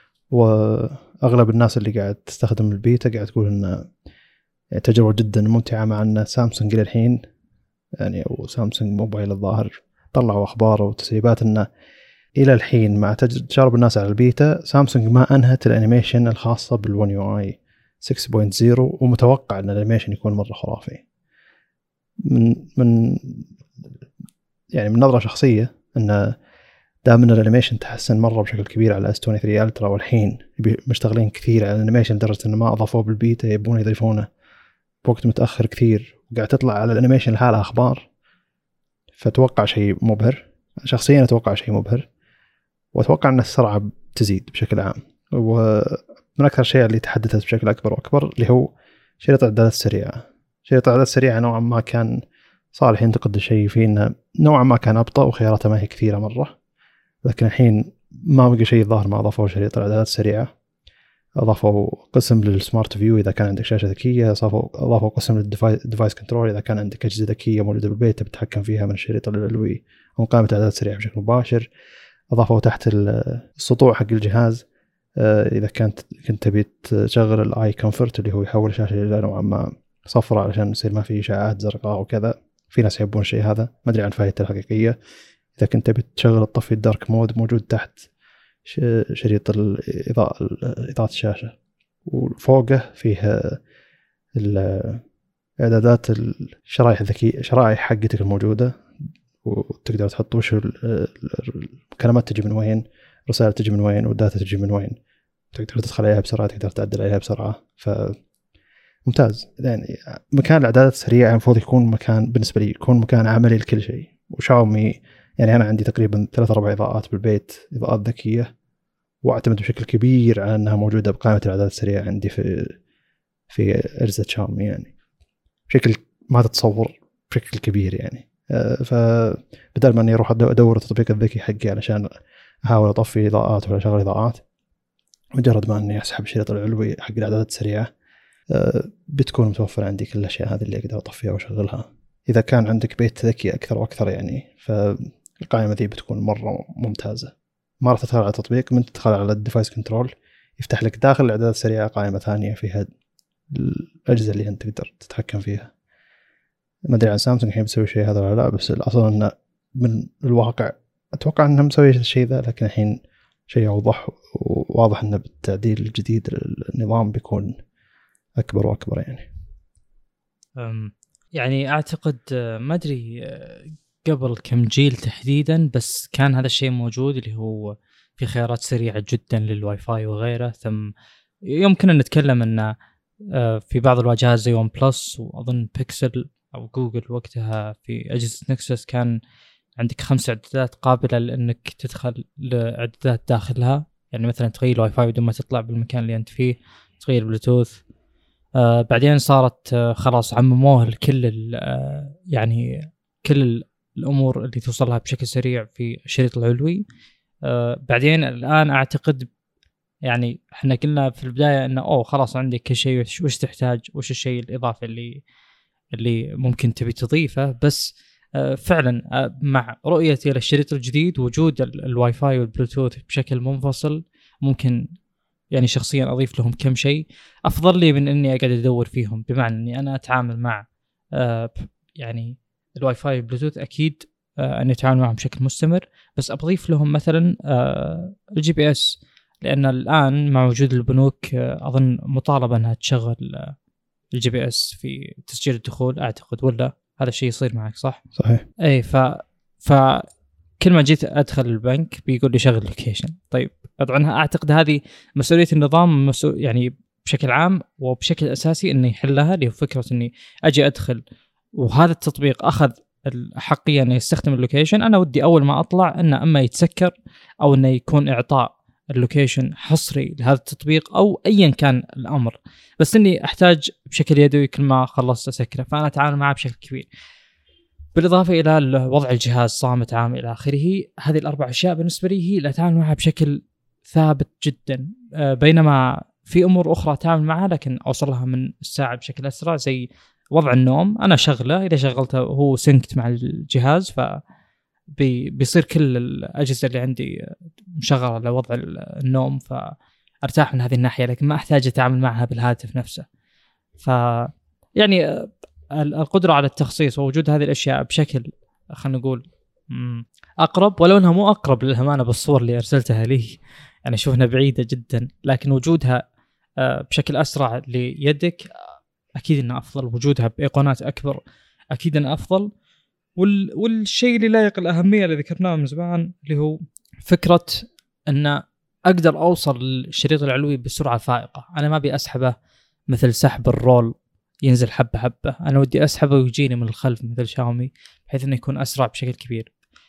وأغلب الناس اللي قاعد تستخدم البيتا قاعد تقول أن تجربة جدا ممتعة، مع أن سامسونج إلى الحين يعني أو سامسونج موبايل الظاهر طلعوا أخبار وتسريبات أنه إلى الحين مع تجارب الناس على البيتا سامسونج ما أنهت الأنيميشن الخاصة بالون يو آي ستة نقطة صفر، ومتوقع أن الأنيميشن يكون مرة خرافي. من من يعني من نظرة شخصية أن دام أن الأنيميشن تحسن مرة بشكل كبير على إس ثلاثة وعشرين ألترا، والحين مشتغلين كثير على الأنيميشن لدرجة أن ما أضافوه بالبيتا يبون يضيفونه بوقت متأخر كثير، وقاعد تطلع على الأنيميشن لحالها أخبار. فتوقع شيء مبهر، شخصيا أتوقع شيء مبهر، وأتوقع أن السرعة تزيد بشكل عام. ومن أكثر شيء اللي تحدثت بشكل أكبر وأكبر اللي هو شريط الإعدادات السريعة. شريط الإعدادات السريعة نوعا ما كان صالح ينتقد الشيء فيه إنه نوعا ما كان أبطأ وخياراته ما هي كثيرة مرة، لكن الحين ما بقى شيء ظاهر ما أضافوا شريط الإعدادات السريعة. أضافوا قسم للسمارت فيو إذا كان عندك شاشة ذكية، أضافوا قسم للديفايس كنترول إذا كان عندك أجهزة ذكية موجودة بالبيت تتحكم فيها من الشريط العلوي أو مقاومة إعدادات سريعة بشكل مباشر. أضافوا تحت السطوع حق الجهاز إذا كنت كنت تبي تشغل الآي كومفورت اللي هو يحول الشاشة إلى نوعا ما صفراء علشان يصير ما في إشعاعات زرقاء وكذا. في ناس يحبون الشيء هذا، ما أدري عن فائدته الحقيقية. إذا كنت تبي تشغل الطفي الدارك مود موجود تحت شريط الإضاءة إضاءة الشاشة. وفوقه فيها الاعدادات الشرائح الذكيه، شرائح حقتك الموجوده، وتقدر تحط وش الكلمات تجي من وين، رسائل تجي من وين، والداتا تجي من وين، تقدر تدخل عليها بسرعه، تقدر تعدل عليها بسرعه. ف ممتاز. يعني مكان الاعدادات السريعه المفروض يكون مكان بالنسبه لي يكون مكان عملي لكل شيء. وشاومي يعني انا عندي تقريبا ثلاث اربع اضاءات بالبيت، اضاءات ذكيه، واعتمد بشكل كبير على انها موجوده بقائمه الاعدادات السريعه عندي في في اجهزه شاومي، يعني بشكل ما تتصور، بشكل كبير يعني. فبدل ما اني اروح ادور التطبيق الذكي حقي علشان احاول اطفي اضاءات ولا اشغل اضاءات، مجرد ما اني اسحب الشريط العلوي حق الاعدادات السريعه بتكون متوفره عندي كل الاشياء هذه اللي اقدر اطفيها واشغلها. اذا كان عندك بيت ذكي اكثر واكثر يعني، فالقائمه ذي بتكون مره ممتازه. ما تدخل على تطبيق، من تدخل على الديفايس كنترول يفتح لك داخل الاعدادات السريعه قائمه ثانيه فيها الاجهزه اللي انت تقدر تتحكم فيها. ما ادري عن سامسونج الحين بتسوي شيء هذا ولا لا، بس الاصل انه من الواقع اتوقع انهم مسوي الشيء ذا، لكن الحين شيء اوضح وواضح انه بالتعديل الجديد النظام بيكون اكبر واكبر يعني. أم يعني اعتقد ما ادري قبل كم جيل تحديدا، بس كان هذا الشيء موجود اللي هو في خيارات سريعه جدا للواي فاي وغيره. ثم يمكن ان نتكلم ان في بعض الواجهات زي ون بلس واظن بيكسل او جوجل وقتها في اجهزه نكسس كان عندك خمس اعدادات قابله لانك تدخل لاعدادات داخلها، يعني مثلا تغير الواي فاي بدون ما تطلع بالمكان اللي انت فيه، تغير بلوتوث. آه بعدين صارت آه خلاص عمموها لكل آه يعني كل الامور اللي توصلها بشكل سريع في الشريط العلوي. آه بعدين الان اعتقد يعني احنا قلنا في البدايه انه اوه خلاص عندك كل شيء، وش تحتاج، وش الشيء الاضافي اللي اللي ممكن تبي تضيفه. بس آه فعلا آه مع رؤيتي للشريط الجديد وجود الواي فاي والبلوتوث بشكل منفصل ممكن يعني شخصيا اضيف لهم كم شيء افضل لي من اني اقعد ادور فيهم. بمعنى اني انا اتعامل مع آه يعني الواي فاي والبلوتوث اكيد آه اني اتعامل معهم بشكل مستمر، بس اضيف لهم مثلا آه الجي بي اس، لان الان مع وجود البنوك آه اظن مطالبه انها تشغل آه الجي بي اس في تسجيل الدخول اعتقد، ولا هذا الشيء يصير معك صح؟ صحيح. اي ف ف كل ما جيت ادخل البنك بيقول لي شغل لوكيشن. طيب طبعا اعتقد هذه مسؤوليه النظام مسؤول يعني بشكل عام وبشكل اساسي انه يحلها، اللي هو فكره اني اجي ادخل وهذا التطبيق اخذ الحقيه انه يستخدم اللوكيشن، انا ودي اول ما اطلع انه اما يتسكر او انه يكون اعطاء اللوكيشن حصري لهذا التطبيق او ايا كان الامر، بس اني احتاج بشكل يدوي كل ما خلصت اسكره، فانا اتعامل معه بشكل كبير. بالإضافة إلى وضع الجهاز صامت عام إلى آخره، هذه الأربع أشياء بالنسبة لي هي اللي أتعامل معها بشكل ثابت جدا. بينما في أمور أخرى أتعامل معها لكن أوصلها من الساعة بشكل أسرع، زي وضع النوم. أنا شغله، إذا شغلته هو سينكت مع الجهاز ف بيصير كل الأجهزة اللي عندي مشغلة لوضع النوم، فأرتاح من هذه الناحية، لكن ما أحتاج أتعامل معها بالهاتف نفسه. ف يعني القدرة على التخصيص ووجود هذه الأشياء بشكل خلينا نقول أقرب، ولو أنها مو أقرب للأمانة بالصور اللي أرسلتها لي يعني شوفنا بعيدة جدا، لكن وجودها بشكل أسرع ليدك أكيد أنها أفضل، وجودها بإيقونات أكبر أكيد أنها أفضل. وال... والشيء اللي لا يقل أهمية اللي ذكرناه من زمان اللي هو فكرة أن أقدر أوصل للشريط العلوي بسرعة فائقة. أنا ما بي أسحبه مثل سحب الرول ينزل حبة حبة، أنا ودي أسحبه ويجيني من الخلف مثل شاومي بحيث أنه يكون أسرع بشكل كبير.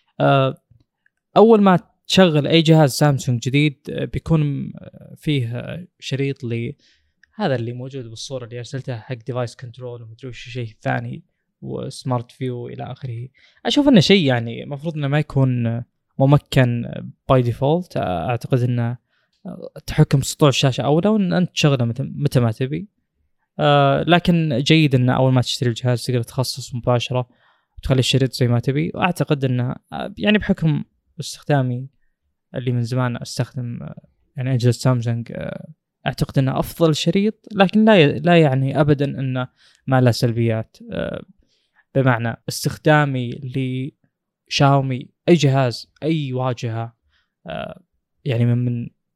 أول ما تشغل أي جهاز سامسونج جديد بيكون فيه شريط لي هذا اللي موجود بالصورة اللي أرسلتها حق ديفايس كنترول ومدري وش الشيء الثاني وسمارت فيو إلى آخره. أشوف أنه شيء يعني مفروض أنه ما يكون ممكن باي ديفولت. أعتقد أنه تحكم سطوع الشاشة أولى وأن أنت تشغله متى ما تبي. آه لكن جيد أن أول ما تشتري الجهاز تقدر تخصص مباشرة وتخلي الشريط زي ما تبي. وأعتقد أنه يعني بحكم استخدامي اللي من زمان أستخدم يعني أجهزة سامسونج أعتقد أنه أفضل شريط، لكن لا لا يعني أبدا أنه ما له سلبيات. آه بمعنى استخدامي لشاومي أي جهاز أي واجهة آه يعني من, من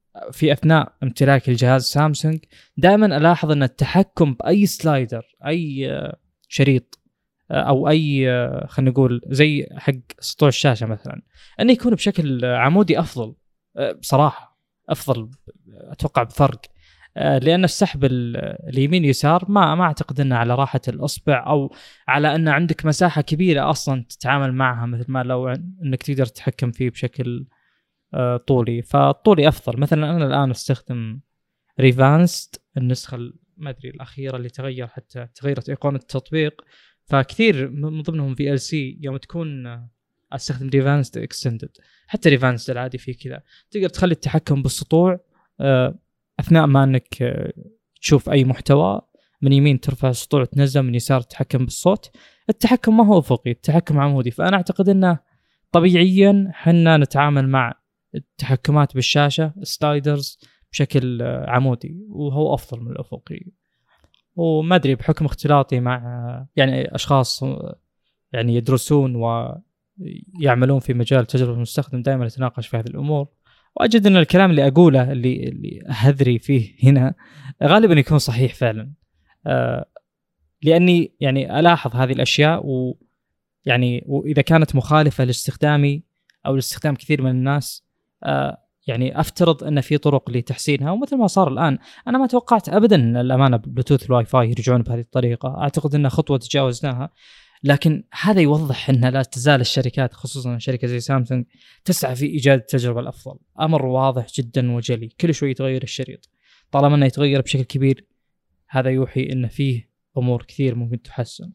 في أثناء امتلاك الجهاز سامسونج دائما ألاحظ أن التحكم بأي سلايدر، أي شريط أو أي خلينا نقول زي حق سطوع الشاشة مثلا، أنه يكون بشكل عمودي أفضل بصراحة، أفضل أتوقع بفرق، لأن السحب اليمين يسار ما ما أعتقد أنه على راحة الأصبع أو على أن عندك مساحة كبيرة أصلا تتعامل معها مثل ما لو أنك تقدر تتحكم فيه بشكل طولي. فالطولي أفضل. مثلا أنا الآن استخدم ريفانست النسخة ما أدري الأخيرة اللي تغير حتى تغيرت أيقونة التطبيق، فكثير من ضمنهم في إل سي يوم تكون استخدم ريفانست اكستندد. حتى ريفانست العادي فيه كذا تقدر تخلي التحكم بالسطوع أثناء ما أنك تشوف أي محتوى، من يمين ترفع السطوع تنزل، من يسار تتحكم بالصوت. التحكم ما هو أفقي، التحكم عمودي. فأنا أعتقد أنه طبيعيا حنا نتعامل مع التحكمات بالشاشة سلايدرز بشكل عمودي، وهو أفضل من الأفقي. وما أدري بحكم اختلاطي مع يعني أشخاص يعني يدرسون ويعملون في مجال تجربة المستخدم، دائما نتناقش في هذه الأمور، وأجد أن الكلام اللي أقوله اللي, اللي أهذري فيه هنا غالبا يكون صحيح فعلا، آه لأني يعني ألاحظ هذه الأشياء، ويعني وإذا كانت مخالفة لاستخدامي أو لاستخدام كثير من الناس آه يعني أفترض أن في طرق لتحسينها. ومثل ما صار الآن أنا ما توقعت أبدا أن الأمانة بلوتوث الواي فاي يرجعون بهذه الطريقة، أعتقد أنها خطوة تجاوزناها، لكن هذا يوضح أن لا تزال الشركات خصوصا شركة زي سامسونج تسعى في إيجاد التجربة الأفضل. أمر واضح جدا وجلي، كل شوي يتغير الشريط، طالما أنه يتغير بشكل كبير هذا يوحي أن فيه أمور كثير ممكن تحسن.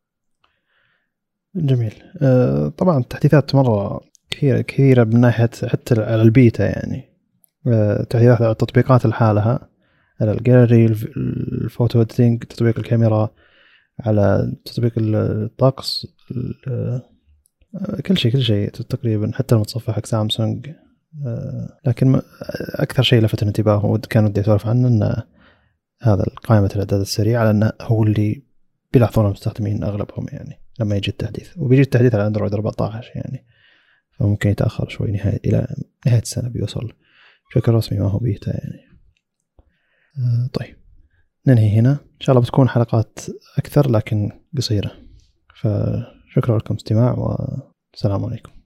جميل. أه طبعا التحديثات مرة كثيرة كثيرة من ناحية حتى على البيتا، يعني أه تحديثات على التطبيقات لحالها، على الجاليري، الفوتو إديتنج، تطبيق الكاميرا، على تطبيق الطقس، كل شيء كل شيء تقريبا، حتى المتصفح حق سامسونج. لكن أكثر شيء لفت انتباهه وكان ودي أتعرف عنه أن هذا قائمة الإعداد السريع، على أنه هو اللي بيلاحظون المستخدمين أغلبهم يعني لما يجي التحديث، وبيجي التحديث على أندرويد أربعة عشر يعني، فممكن يتأخر شوي نهاية إلى نهاية السنة بيوصل بشكل رسمي ما هو بيتا يعني. طيب ننهي هنا، إن شاء الله بتكون حلقات أكثر لكن قصيرة. فشكرا لكم استماع والسلام عليكم.